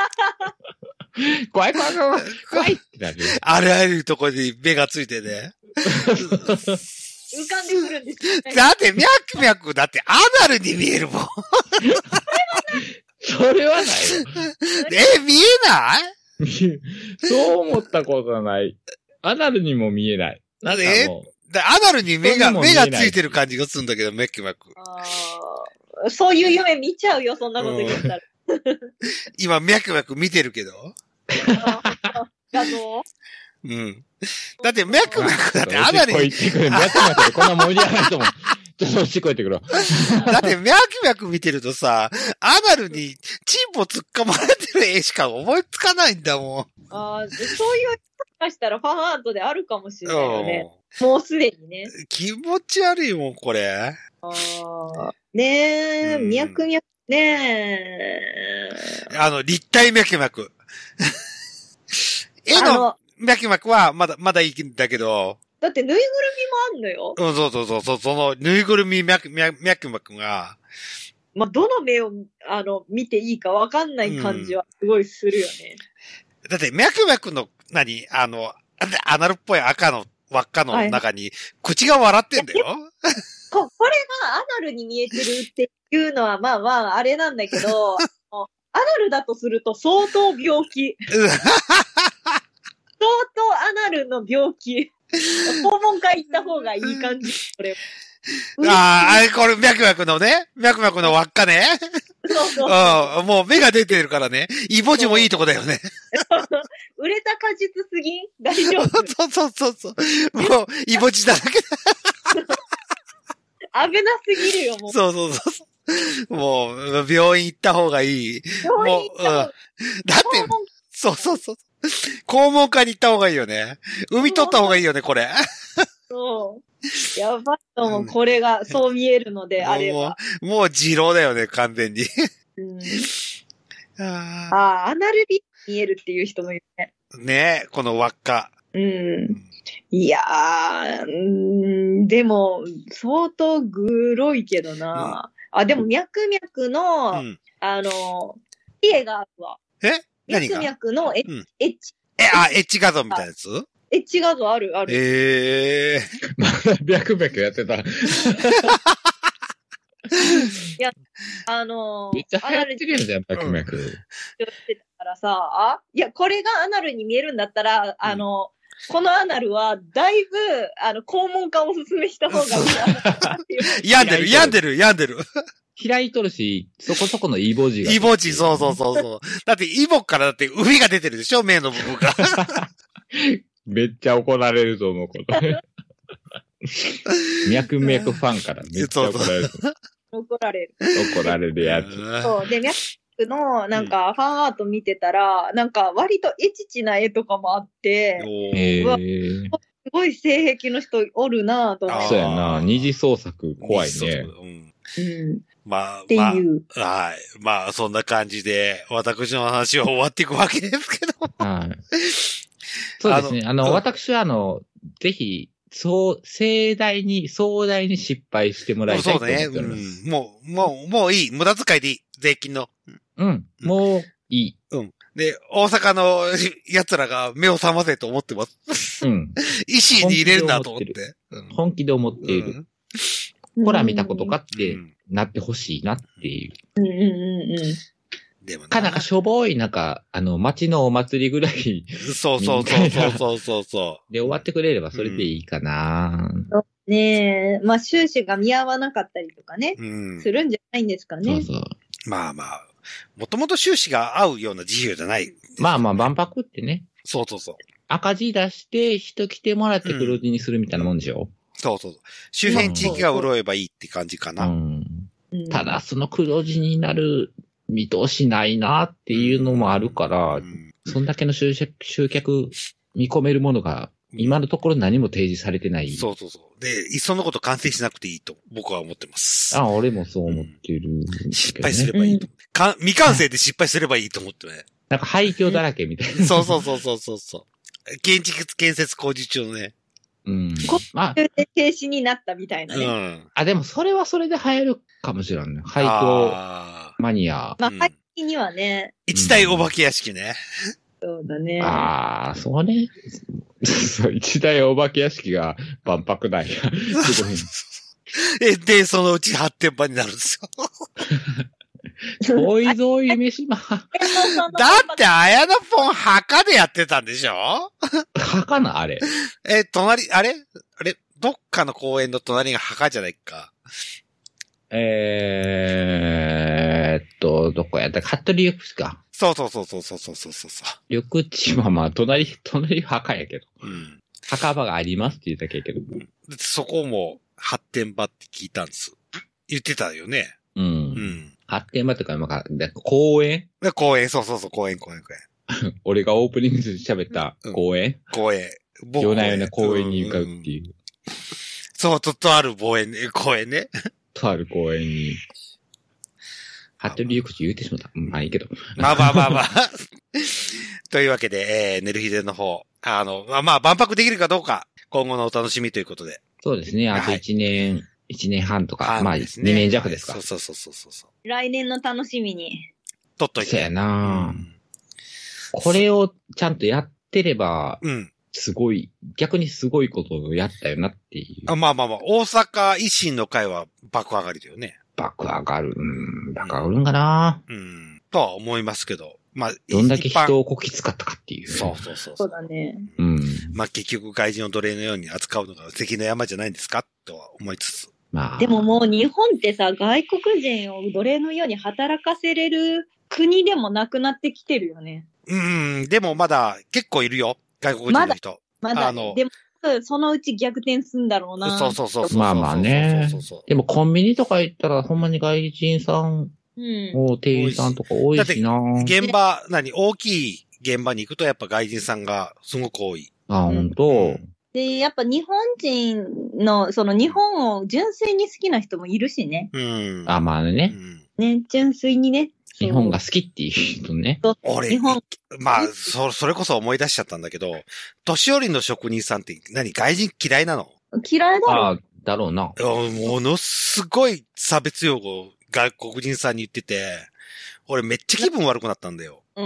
怖い怖い怖い怖いってなる。 あらゆるとこに目がついてね。 浮かんでくるんですよ、ね。 だって、脈々だってアナルに見えるもん。 それはないよ。 え、見えないそう思ったことはない。アナルにも見えない。 なんでアナルに目が、目がついてる感じがするんだけど、脈々。 あそういう夢見ちゃうよ、そんなこと言ったら。 今、脈々見てるけど。 画像うん。だって、脈々だってアナルに。 行ってくる。脈々でこんな盛り上がると思う。ちょっとおしっこ行ってくる。 だって、脈々見てるとさ、アナルにチンポ突っかまれてる絵しか思いつかないんだもん。 ああ、そういうかしたらファンアートであるかもしれないよね。もうすでにね。 気持ち悪いもん、これ。 ああ。ねえ、脈々、ねえ。 あの、立体脈々。絵の脈々はまだ、まだいいんだけど。 だってぬいぐるみもあんのよ。 うん、そうそうそう、そのぬいぐるみ脈々が。 まあ、どの目を、あの、見ていいかわかんない感じはすごいするよね。 うん、だって脈々の、何あの、アナルっぽい赤の輪っかの中に、口が笑ってんだよ。 こ、これがアナルに見えてるっていうのは、まあまあ、あれなんだけど、アナルだとすると相当病気。相当アナルの病気。訪問会行った方がいい感じ、これ。 ああ、あれ、これ、脈々のね、脈々の輪っかね。 そうそう。 うん、もう目が出てるからね。イボジもいいとこだよね。 売れた果実すぎん大丈夫そうそうそうそう。もう、イボジだらけだ。 危なすぎるよ、もう。 そうそうそう。もう、病院行った方がいい。 病院行った方がいい。 もう、うん、だって、そうそうそう。肛門科に行った方がいいよね。海取った方がいいよね、これ。 そう。やばいと思う、これがそう見えるのであれば。 もう、もう二郎だよね、完全に。 うん、ああ、アナルビ見えるっていう人もいるね。 ねえ、この輪っか。 うん。いやー、うん、でも、相当グロいけどな。うん、あ、でも、脈々の、うん、あの、絵があるわ。 え何が脈々のエッチ、うん、エッチ。 え、あ、エッチ画像みたいなやつエッチ画像ある、ある。 ええー。 まだ脈々やってた。いや、あのー、 めっちゃ流行ってるやんじゃん、脈々。 してたからさ、いや、これがアナルに見えるんだったら、うん、あの、このアナルは、だいぶ、あの、肛門化をおすすめした方がいい。 病んでる、病んでる、病んでる。 開いとるし、そこそこのイボ痔が。 イボ痔、そうそうそうそう。だって、イボからだって海が出てるでしょ目の部分が。 めっちゃ怒られると思う、これ。脈々ファンからめっちゃ怒られる。 怒られる。 怒られるやつ。 そう。で、脈クのなんかファンアート見てたら、うん、なんか割とエチチな絵とかもあって、うわすごい性癖の人おるなぁと思って。 そうやな。二次創作怖いね。 うん。 うんまあ、 っていう、 まあ。はい。まあ、そんな感じで、私の話は終わっていくわけですけど。 はい。そうですね。あの、あの私はあの、ぜひ、そう、盛大に、壮大に失敗してもらいたいと思っております。 そうね。うん。もう、もう、もういい。無駄遣いでいい。税金の。 うん。もう、いい。 うん。で、大阪の奴らが目を覚ませと思ってます。うん。意思に入れるんだと思って。 本気で思っている。うん、ほら見たことかってなってほしいなっていう。 うんうんうんうん。 でもな。 かなんかしょぼい、なんか、あの、街のお祭りぐらい。 そうそうそうそうそうそう。 で、終わってくれればそれでいいかな、 うん、ねえ。まあ、収支が見合わなかったりとかね。うん。するんじゃないんですかね。 そうそう。 まあまあ。もともと収支が合うような自由じゃない、ね。 まあまあ、万博ってね。 そうそうそう。 赤字出して人来てもらって黒字にするみたいなもんでしょ、うん、 そうそうそう。周辺地域が潤えばいいって感じかな。 うん。ただ、その黒字になる見通しないなっていうのもあるから、うん、そんだけの集客、集客見込めるものが今のところ何も提示されてない。 そうそうそう。で、いっそのこと完成しなくていいと僕は思ってます。 あ、俺もそう思ってる、ねうん。失敗すればいいと。か未完成で失敗すればいいと思ってね。 なんか廃墟だらけみたいな。 そうそうそうそうそうそう。建築建設工事中のね。 うん。 まあ。停止になったみたいなね。うん。あ、でもそれはそれで流行るかもしれんね。廃墟マニア。 まあ、廃墟にはね。 一大お化け屋敷ね。 そうだね。 ああ、そうね。そう、一大お化け屋敷が万博なんや。すごい。 え、で、そのうち発展場になるんですよ。おいぞい飯ま。だって、綾野ポン墓でやってたんでしょ墓なあれ。 え、隣、あれあれどっかの公園の隣が墓じゃないか。 えーっと、どこやったか、服部緑地か。 そうそうそうそうそうそうそうそう。 緑地はまあ、隣、隣墓やけど。うん。墓場がありますって言ったけど。 そこも発展場って聞いたんです。言ってたよね。 うん。うん。発展場ってか、まあ、公園公園、そうそうそう、公園、公園、公園。俺がオープニングで喋った公園、 うん、公園。 夜な夜な公園に向かうっていう。うん、 そう、と、とある公園ね、公園ね。 とある公園に。服部緑地言うてしまった。まあいいけど。 まあまあまあまあ。というわけで、えー、寝る日での方、あの、まあまあ、万博できるかどうか、今後のお楽しみということで。 そうですね。あといちねん、はい、いちねんはんとか、まあにねん弱ですか、 はい。そうそうそうそうそう。 来年の楽しみに。 取っといて。 そうやな、うん、これをちゃんとやってれば、うん。すごい、逆にすごいことをやったよなっていう。 あまあまあまあ、大阪維新の会は爆上がりだよね。 爆上がる。うん、爆上がるんかな、 うん、うん。とは思いますけど。まあ、 どんだけ人をこき使ったかっていう。 そうそうそう。 そうだね。 うん。 まあ結局外人を奴隷のように扱うのが関の山じゃないんですかとは思いつつ。 まあ。でももう日本ってさ、外国人を奴隷のように働かせれる国でもなくなってきてるよね。 うん、でもまだ結構いるよ。外国人の人。 まだ、まだ、ね、でも、そのうち逆転すんだろうな。 そうそうそうそう。 まあまあね。でもコンビニとか行ったらほんまに外人さん、うん、店員さんとか多いしな。 だって現場、何、大きい現場に行くとやっぱ外人さんがすごく多い。 あ、ほんと。 で、やっぱ日本人の、その日本を純粋に好きな人もいるしね。 うん。 あ、まあね。うん、 ね、純粋にね。 日本が好きっていう人ね。 俺、日本まあ、そ、それこそ思い出しちゃったんだけど、年寄りの職人さんって何、外人嫌いなの？ 嫌いだろ。 ああ、だろうな。 ものすごい差別用語を外国人さんに言ってて、俺めっちゃ気分悪くなったんだよ。 うん。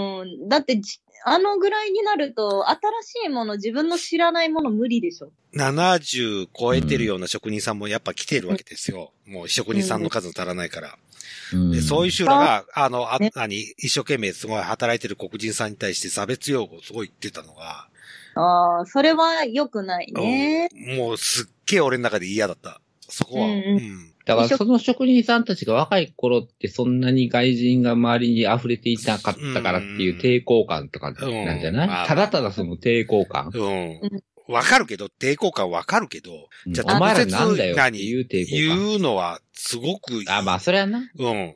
だって、あのぐらいになると、新しいもの、自分の知らないもの無理でしょ。 ななじゅう超えてるような職人さんもやっぱ来てるわけですよ。うん、もう職人さんの数足らないから。うん、でそういう人らが、あの、あ、ね、何、一生懸命すごい働いてる黒人さんに対して差別用語をすごい言ってたのが。 ああ、それは良くないね。 もうすっげえ俺の中で嫌だった。そこは。うん、うん。 だからその職人さんたちが若い頃ってそんなに外人が周りに溢れていなかったからっていう抵抗感とかなんじゃない、うんまあ、ただただその抵抗感。 うん。わかるけど、抵抗感わかるけど、 うん、じゃあ、お前らなんだよっていう抵抗感。 言うのは、すごく。 あ、まあ、それはな。 うん。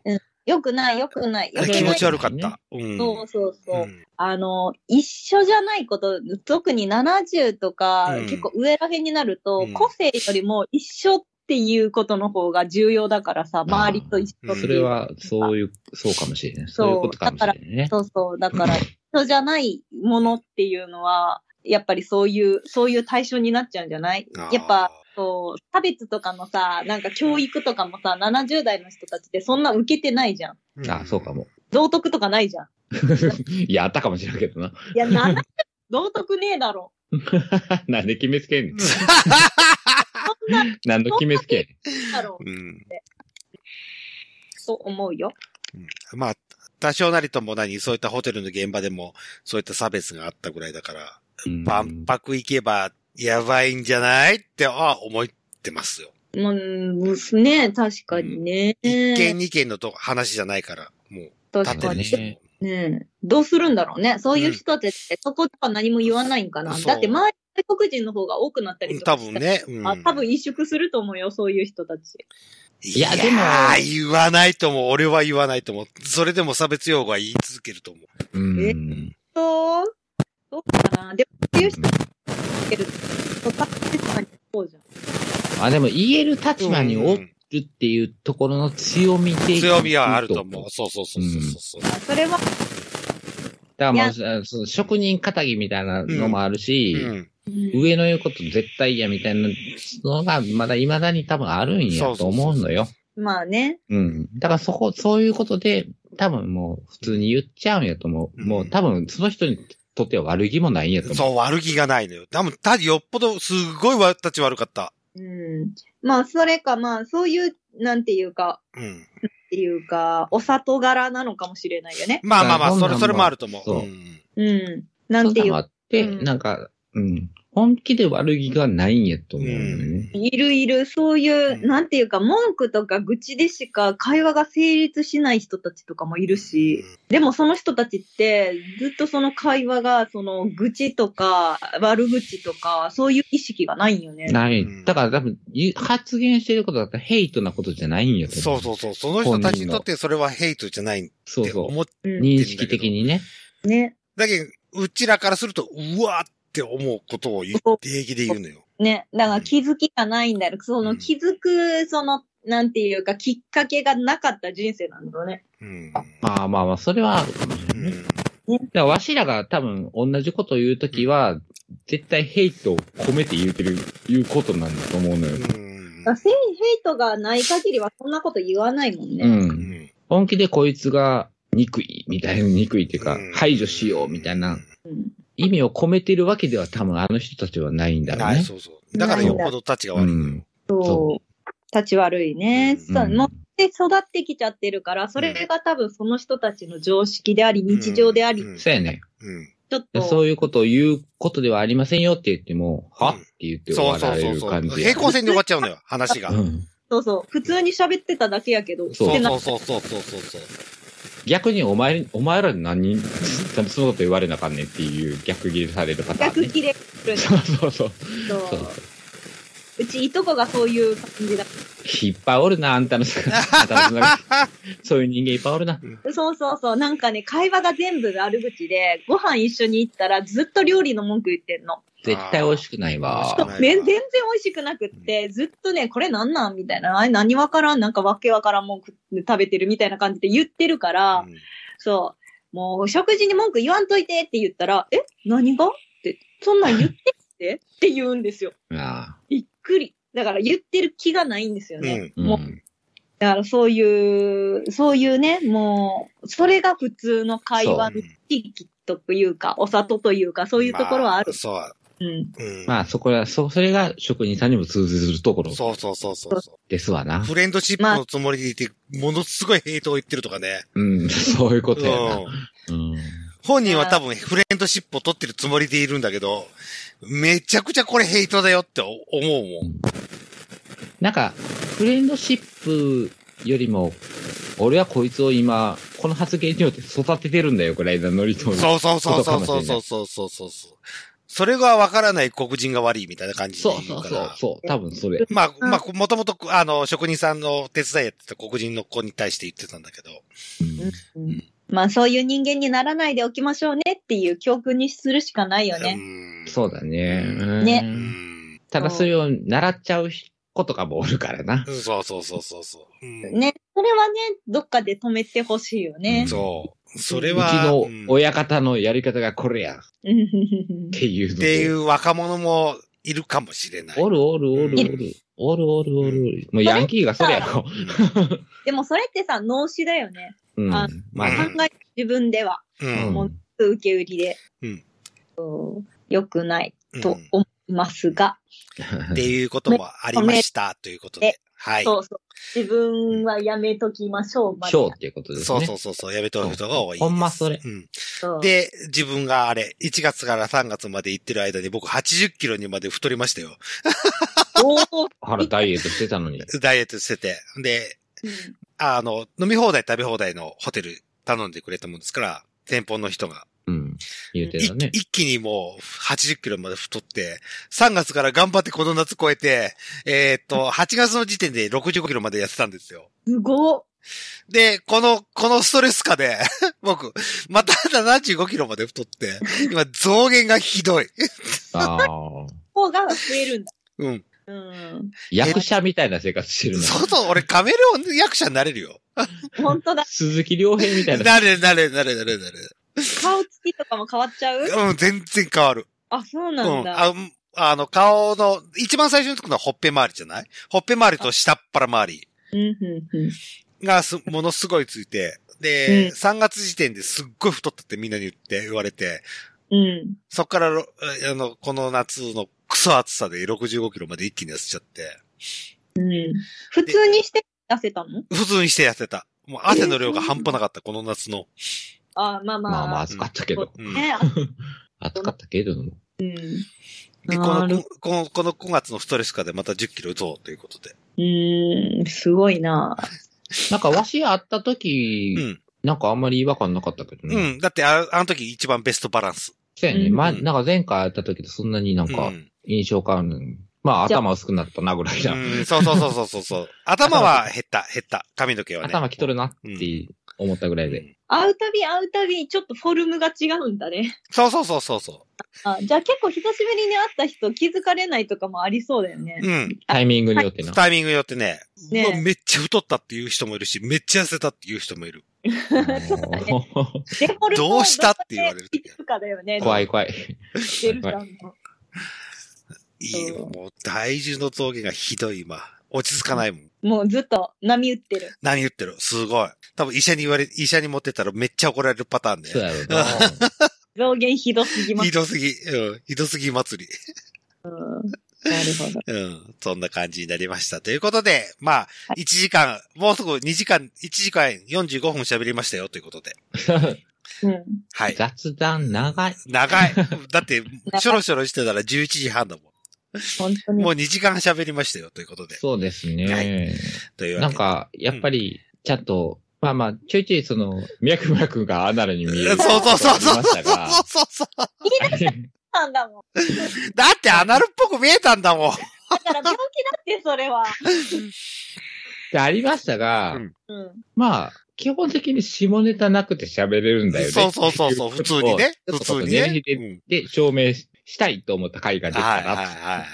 よくない、よくない。よくない気持ち悪かった。 うん、そうそうそう、うん。あの、一緒じゃないこと、特にななじゅうとか、うん、結構上らへんになると、うん、個性よりも一緒っていうことの方が重要だからさ、周りと一緒っていう。 それは、そういう、そうかもしれない。そういうことかもしれないね。 そうそう。だから、一緒じゃないものっていうのは、やっぱりそういう、そういう対象になっちゃうんじゃない？やっぱ、そう、差別とかのさ、なんか教育とかもさ、ななじゅう代の人たちってそんな受けてないじゃん。 うん、あ、そうかも。 道徳とかないじゃん。 いや、あったかもしれないけどな。 いや、ななじゅう道徳ねえだろ。 なんで決めつけんねん。何の決めつけんねん。だろう、うん。 そう思うよ。 うん、まあ、多少なりとも何、そういったホテルの現場でも、そういった差別があったぐらいだから、万博行けば、やばいんじゃないって、あ、思ってますよ。 うん、ね、確かにね。 うん、一件二件のと話じゃないから、もう。 確かにね。ねどうするんだろうね。そういう人たちって、そこでは何も言わないんかな。うん、だって周り外国人の方が多くなったりとか多分ね。 うん、あ、多分萎縮すると思うよ、そういう人たち。 いや、でも。言わないと思う。俺は言わないと思う。それでも差別用語は言い続けると思う。うん、 えっと、どうかな。でも、そういう人たちけるそうじゃん。 あ、でも言える立場におるっていうところの強みで、うん、 強みはあると思う。そうそうそうそうそう、うん。 それは。 だからまあ、その職人仇みたいなのもあるし、うんうん、上の言うこと絶対嫌みたいなのがまだ未だに多分あるんやと思うのよ。そうそうそうそうまあね。 うん。だからそこ、そういうことで多分もう普通に言っちゃうんやと思う。うん、もう多分その人にとっては悪気もないんやと思う。 そう、悪気がないのよ。多分、たよっぽどすごい立ち悪かった。 うん。まあ、それか、まあ、そういう、なんていうか、うん。っていうか、お里柄なのかもしれないよね。 まあまあまあ、それ、それもあると思う。 そう。 うん。うん。なんていうか。 あって、うん、なんか、うん。本気で悪気がないんやと思うよね。 うん、いるいる、そういう、うん、なんていうか、文句とか愚痴でしか会話が成立しない人たちとかもいるし、でもその人たちって、ずっとその会話が、その愚痴とか、悪口とか、そういう意識がないんよね。 ない。だから多分、発言してることだったらヘイトなことじゃないんやと思う。そうそうそう。その人たちにとってそれはヘイトじゃないって思ってそうそう。認識的にね。 ね。 だけど、うちらからすると、うわーって思うことを言って、平気で言うのよ。 ね。だから気づきがないんだよ。その気づく、その、なんていうか、きっかけがなかった人生なんだろうね。 うん、まあまあまあ、それはあるかもしれないね。うん、だからわしらが多分同じことを言うときは、絶対ヘイトを込めて言うてる、言うことなんだと思うのよ。うん、 ヘイトがない限りはそんなこと言わないもんね。 うん。本気でこいつが憎い、みたいな、憎いっていうか、うん、排除しよう、みたいな。うん意味を込めてるわけでは多分あの人たちはないんだろうね。 はい、そうそう。だからよっぽど立ちが悪い、うん。 そう。立ち悪いね。うん、そう。持って育ってきちゃってるから、それが多分その人たちの常識であり、日常であり。 うんうん、そうやね。うん。ちょっと。そういうことを言うことではありませんよって言っても、は、うん、って言って終わられる感じ。そうそうそうそう。 平行線で終わっちゃうのよ、話が。うん、 そうそう。普通に喋ってただけやけど。 そうそうそうそうそうそうそう。 逆にお前、お前らに何人、ちゃんとそのこと言われなあかんねんっていう逆ギレされるパターン、ね。 逆ギレする。 そうそうそう。 そう。うちいとこがそういう感じだ。 いっぱいおるな、あんたの、あんたのそういう人間いっぱいおるな。 そうそうそう。なんかね、会話が全部悪口で、ご飯一緒に行ったらずっと料理の文句言ってんの。 絶対美味しくないわ。 全然美味しくなくって、ずっとね、これなんなんみたいな。あれ何わからんなんかわけわからんもん食べてるみたいな感じで言ってるから、うん、そう。もう食事に文句言わんといてって言ったら、え何がって、そんなん言ってってって言うんですよ。 ああびっくり。だから言ってる気がないんですよね。うん、もう。だからそういう、そういうね、もう、それが普通の会話の地域というか、お里というか、そういうところはある。まあ、 そう。うん。 まあ、そこは、そ、それが職人さんにも通ずるところ。 そうそうそうそう。 ですわな。 フレンドシップのつもりでいて、ものすごいヘイトを言ってるとかね。 うん、そういうことやな。うん。 うん、本人は多分フレンドシップを取ってるつもりでいるんだけど、めちゃくちゃこれヘイトだよって思うもん。うん、 なんか、フレンドシップよりも、俺はこいつを今、この発言によって育ててるんだよ、これ、ノリと。 そうそうそうそうそうそうそうそうそう。 それがわからない黒人が悪いみたいな感じで言うから。 そうそうそう、そう、多分それ。 まあ、まあ、もともと、あの、職人さんの手伝いやってた黒人の子に対して言ってたんだけど。 うんうん、まあ、そういう人間にならないでおきましょうねっていう教訓にするしかないよね。 うん、そうだね。 ね。 ただそれを習っちゃう子とかもおるからな。 そうそうそうそうそう、うん。 ね。それはね、どっかで止めてほしいよね。 そう。それは。 うちの親方のやり方がこれや。っていうので。 っていう若者もいるかもしれない。 おるおるおるおる。おるおるおる。もうヤンキーがそれやろ。 でもそれってさ、脳死だよね。 うん。 あまあ、考え自分では。うん。もう受け売りで。うん。良くないと思いますが。 っていうこともありましたということで。はい。 そうそう。自分はやめときましょう。 しょうっていうことですね。 そうそうそうそう。やめとく人が多いです。 ほんまそれ。 うん。で、自分があれ、いちがつからさんがつまで行ってる間に僕はちじゅっキロにまで太りましたよ。 おー。 あら、ダイエットしてたのに。 ダイエットしてて。で、うん、あの、飲み放題食べ放題のホテル頼んでくれたもんですから、店舗の人が。 うん。言うてたね。 一気にもうはちじゅっキロまで太って、さんがつから頑張ってこの夏超えて、えー、っと、はちがつの時点でろくじゅうごキロまでやってたんですよ。 すごっ。 で、この、このストレス下で、僕、またななじゅうごキロまで太って、今増減がひどい。 ああ。 方が増えるんだ。 うん。 うん。 役者みたいな生活してるの。 そうそう、俺カメレオン役者になれるよ。 本当だ。 鈴木亮平みたいな。 なれ、なれ、なれ、なれ、なれ。 顔つきとかも変わっちゃう？ うん、全然変わる。 あ、そうなんだ。 うん、ああの、顔の、一番最初につくのはほっぺ周りじゃない？ほっぺ周りと下っ腹周り。 うん、うん、うん。 がす、ものすごいついて、で、うん、さんがつ時点ですっごい太ったってみんなに言って言われて、 うん。 そっから、あの、この夏のクソ暑さでろくじゅうごキロまで一気に痩せちゃって。 うん。普通にして痩せたの？ 普通にして痩せた。もう汗の量が半端なかった、この夏の。 あまあまあ。 まあまあ暑かったけど。 うん、 暑かったけど。うん。 で、この、この、このごがつのストレス下でまたじゅっキロ打とうということで。 うーん、すごいななんか、わし会った時、うん、なんかあんまり違和感なかったけどね。 うん。だってあ、あの時一番ベストバランス。 そうやね。うん、ま、なんか前回会った時とそんなになんか、印象変わるの、うん、まあ、頭薄くなったなぐらいだ。 うん、そうそうそうそうそう。頭は減った、減った。髪の毛はね。 頭きとるなって思ったぐらいで。うん、 会うたび会うたび、ちょっとフォルムが違うんだね。 そうそうそうそうそう。 あ、じゃあ結構久しぶりに会った人気づかれないとかもありそうだよね。 うん。 タイミングによってな。 タイミングによってね。ねもうめっちゃ太ったっていう人もいるし、めっちゃ痩せたっていう人もいる。どうしたって言われるとき。 怖い怖い。 デルタの。 いいよ、もう体重の増減がひどい今。落ち着かないもん。 もうずっと波打ってる。 波打ってる。すごい。多分医者に言われ、医者に持ってったらめっちゃ怒られるパターンで。 そうやろな。 増減ひどすぎます。 ひどすぎ。うん。ひどすぎ祭り。 うん。なるほど。 うん。そんな感じになりました。ということで、まあ、いちじかん、もうすぐにじかん、いちじかんよんじゅうごふん喋りましたよということで。 うん。 はい。 雑談長い。 長い。だって、しょろしょろしてたらじゅういちじはんだもん。 本当に。 もうにじかん喋りましたよということで。 そうですね。はい。 というわけで。 なんか、やっぱり、ちゃんと、うん、まあまあ、ちょいちょいその、ミャクミャクがアナルに見える。 そうそうそうそう。そうそうそう。 言い出したんだもん。 だってアナルっぽく見えたんだもん。だから病気だって、それは。 で、ありましたが、 うん、 まあ、基本的に下ネタなくて喋れるんだよね。 そうそうそうそう、普通にね。普通にね。 で、で証明したいと思った回ができたな。 はいはいはい。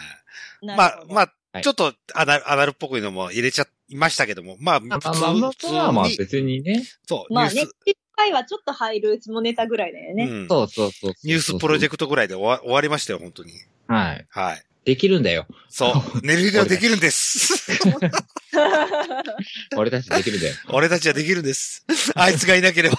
まあ、まあ、はい、ちょっとアナル、アナルっぽいのも入れちゃいましたけども、まあ、普通に。 まあまあ、普通はまあ別にね。 そう。 まあね、一回はちょっと入る下ネタぐらいだよね。 うん、そうそうそう。 ニュースプロジェクトぐらいで終わ終わりましたよ、本当に。 はい。 はい。 できるんだよ。 そう。寝るではできるんです。 俺たちできるんだよ。 俺たちはできるんです。あいつがいなければ。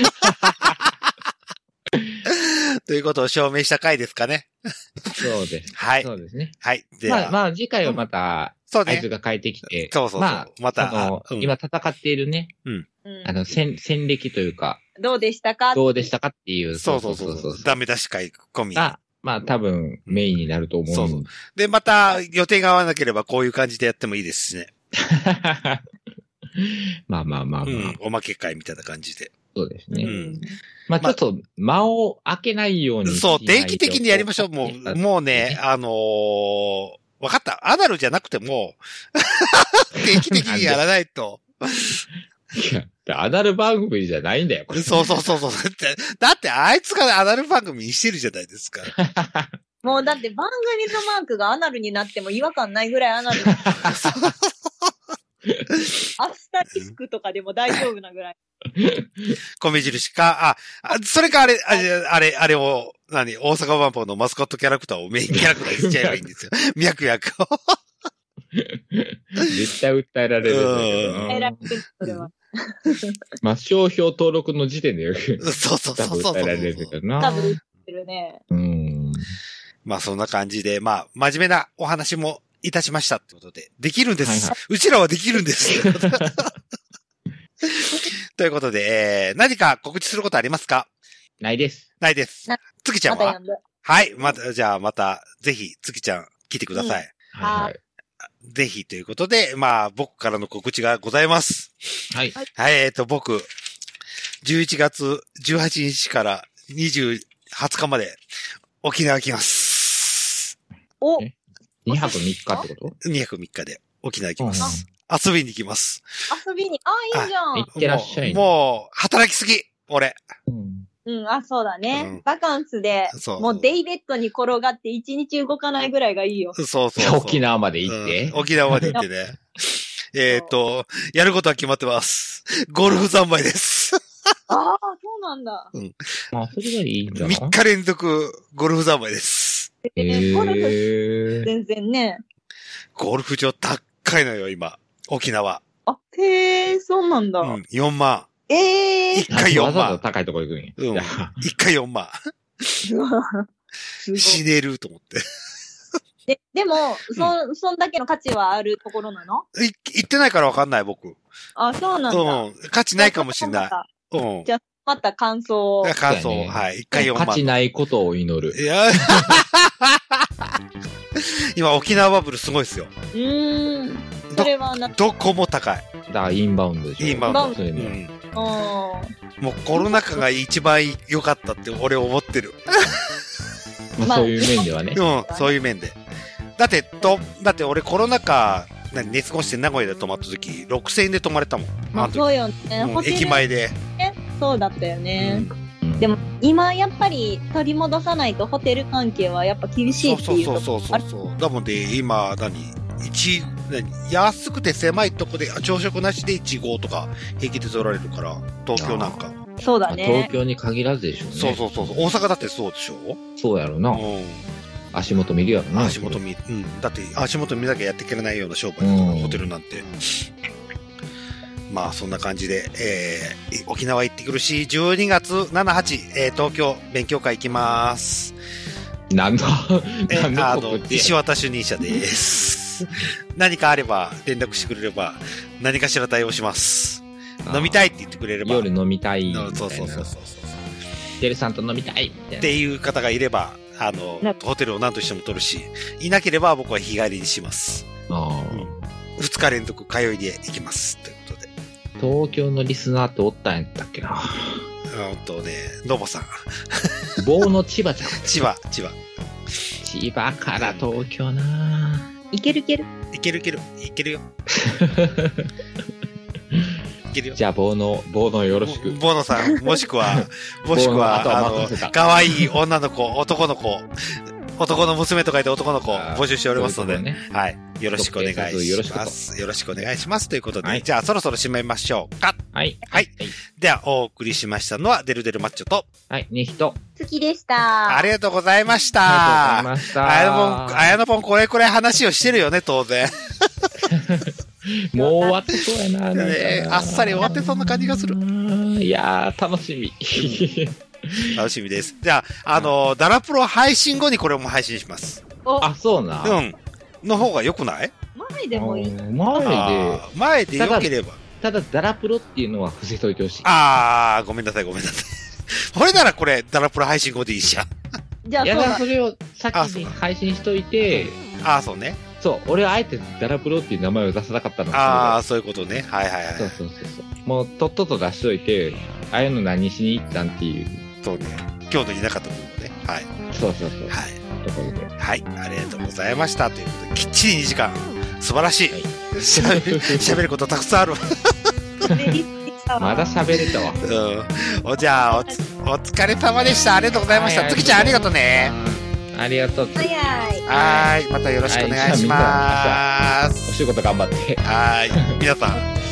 ということを証明した回ですかね。 そうです。 はい。 そうですね。 はい。 では、まあ、まあ、次回はまた、そうね。あいつが変えてきて。 そうそうそう。 まあ、また、のうん、今戦っているね。 うん。 あの、戦、戦歴というか。 どうでしたかどうでしたかっていう。 そうそうそうそう。ダメ出し会込み。 あ、まあ、多分、メインになると思う。 そうそう。で、また、予定が合わなければこういう感じでやってもいいですしね。 まあまあまあまあ。うん。 おまけ会みたいな感じで。 そうですね。うん、まあちょっと間を空けないように。 そう、定期的にやりましょう。もう、もうね、あのー、わかった。アナルじゃなくても、定期的にやらないと。 いや、アナル番組じゃないんだよ、これ。 そうそうそうそう。だって、だってあいつがアナル番組にしてるじゃないですか。 もうだって番組のマークがアナルになっても違和感ないぐらいアナル。アスタリスクとかでも大丈夫なぐらい。 米印か、あ、それかあれ、あれ、あれ、あれを、何、大阪万博のマスコットキャラクターをメインキャラクターにしちゃえばいいんですよ。脈々を。 絶対訴えられるんだけど。訴えられる、それは。まあ、商標登録の時点でよく。 そうそうそうそう。 訴えられるけどな。 多分言ってるね。 うん。 まあ、そんな感じで、まあ、真面目なお話もいたしましたってことで、できるんです。はいはい、うちらはできるんですよ。ということで、えー、何か告知することありますか？ ないです。 ないです。つきちゃんは、ま、はい。また、じゃあまた、ぜひ、つきちゃん、来てください。 うん、はい。 ぜひということで、まあ、僕からの告知がございます。 はい。 はい、えっと、僕、じゅういちがつじゅうはちにちからにじゅう、はつかまで、沖縄来ます。 おにはくみっかってこと？ に 泊みっかで沖縄来ます。遊びに行きます。 遊びに、あ、いいじゃん。 行ってらっしゃい、 ね。もう、働きすぎ、俺。 うん、うん、あ、そうだね。うん、バカンスで、もうデイベッドに転がって一日動かないぐらいがいいよ。 そうそうそう。 沖縄まで行って。 うん、沖縄まで行ってね。えっと、やることは決まってます。ゴルフ三昧です。 ああ、そうなんだ。 うん。まあ、それがいいんじゃない？ みっ 日連続ゴルフ三昧です。 えー、ゴルフ、全然ね。 ゴルフ場高いのよ、今。沖縄。 あ、へえ、そうなんだ。 うん、よんまん。 ええー。 一回よんまん。 わざわざ高いとこ行くんや。 うん。一回よんまん。死ねると思って。 で、でも、そ、うん、そんだけの価値はあるところなの？ い、言ってないからわかんない、僕。 あ、そうなんだ。 うん。価値ないかもしんない。うん。 じゃあ、また感想を。 感想、ね、はい。一回よんまん。 価値ないことを祈る。 いや今、沖縄バブルすごいですよ。 うーん。それはな、 どこも高い。 だからインバウンドでしょ。 インバウンド。 そういうの。うん。 もうコロナ禍が一番良かったって俺思ってる。 まあ、そういう面ではね。 うん、そういう面で。だって、と、だって俺コロナ禍、熱越して名古屋で泊まった時、ろくせんえんで泊まれたもん。 まあ、そうよね。 うん、駅前で。 そうだったよね。うん、でも、今やっぱり取り戻さないとホテル関係はやっぱ厳しいっていう。 そうそうそうそうそう。だもんで、今、何一、何安くて狭いとこで朝食なしでいちごうとか平気で取られるから、東京なんか。 そうだね。 東京に限らずでしょうね。 そうそうそうそう。大阪だってそうでしょ？ そうやろな。うん。足元見るやろな。 足元見、うん。だって足元見なきゃやっていけないような商売だから、うん、ホテルなんて。まあそんな感じで、えー、沖縄行ってくるし、じゅうにがつしち、えー、東京勉強会行きます。 何の、 えー、あの、石渡主任者です。何かあれば連絡してくれれば、何かしら対応します。飲みたいって言ってくれれば。 夜飲みたいみたいな。 そうそうそうそう。 テルさんと飲みたいみたいな。 っていう方がいれば、あの、ホテルを何としても取るし、いなければ僕は日帰りにします。 ああ、 うん。二日連続通いで行きます。ということで。 東京のリスナーっておったんやったっけな。 うんとね、ノボさん。 棒の千葉ちゃん。 千葉、千葉。 千葉から東京な。 いけるいける。 いけるいける。いけるよ。いけるよ。 じゃあ、棒の、棒のよろしく。 棒のさん、もしくは、もしくは、あの、可愛い女の子、男の子、男の娘と書いて男の子募集しておりますので、ね、はい。よろしくお願いします。よろしくお願いします。ということで、はい、じゃあそろそろ締めましょうか。 はい。 はい。はい、では、お送りしましたのは、デルデルマッチョと、 はい、ネヒト。 月でした。 ありがとうございました。 ありがとうございました。 あやのぽん、あやのぽん、これこれ話をしてるよね、当然。 もう終わってそうやな。 ね、あっさり終わってそうな感じがする。 いやー、楽しみ。 楽しみです。じゃあ、あの、ダラプロ配信後にこれも配信します。 あ、そうな。 うん。の方が良くない？ 前でもいい。 前で。 前で良ければ。 ただ、ダラプロっていうのは伏せといてほしい。 あー、ごめんなさい、ごめんなさい。これならこれ、ダラプロ配信後でいいじゃん。 じゃあ、 いや、それを先に配信しといて。 あー、そうね。 そう、俺はあえてダラプロっていう名前を出さなかったの。 ああ、そういうことね。はいはいはい。 そうそうそうそう。 もうとっとと出しといて、ああいうの何しに行ったんっていう。 そうね。今日のいなかった部分もね。はい。 そうそうそう。 はい。 ところで。 はい。ありがとうございました。ということで、きっちりにじかん。素晴らしい。しゃべる、しゃべることたくさんある。 まだ喋れたわ。 うん。お、じゃあ、おつ、お疲れ様でした。ありがとうございました。つきちゃんありがとうね。 ありがとう。 はい。 はい。またよろしくお願いします。 お仕事頑張って。 はい。皆さん。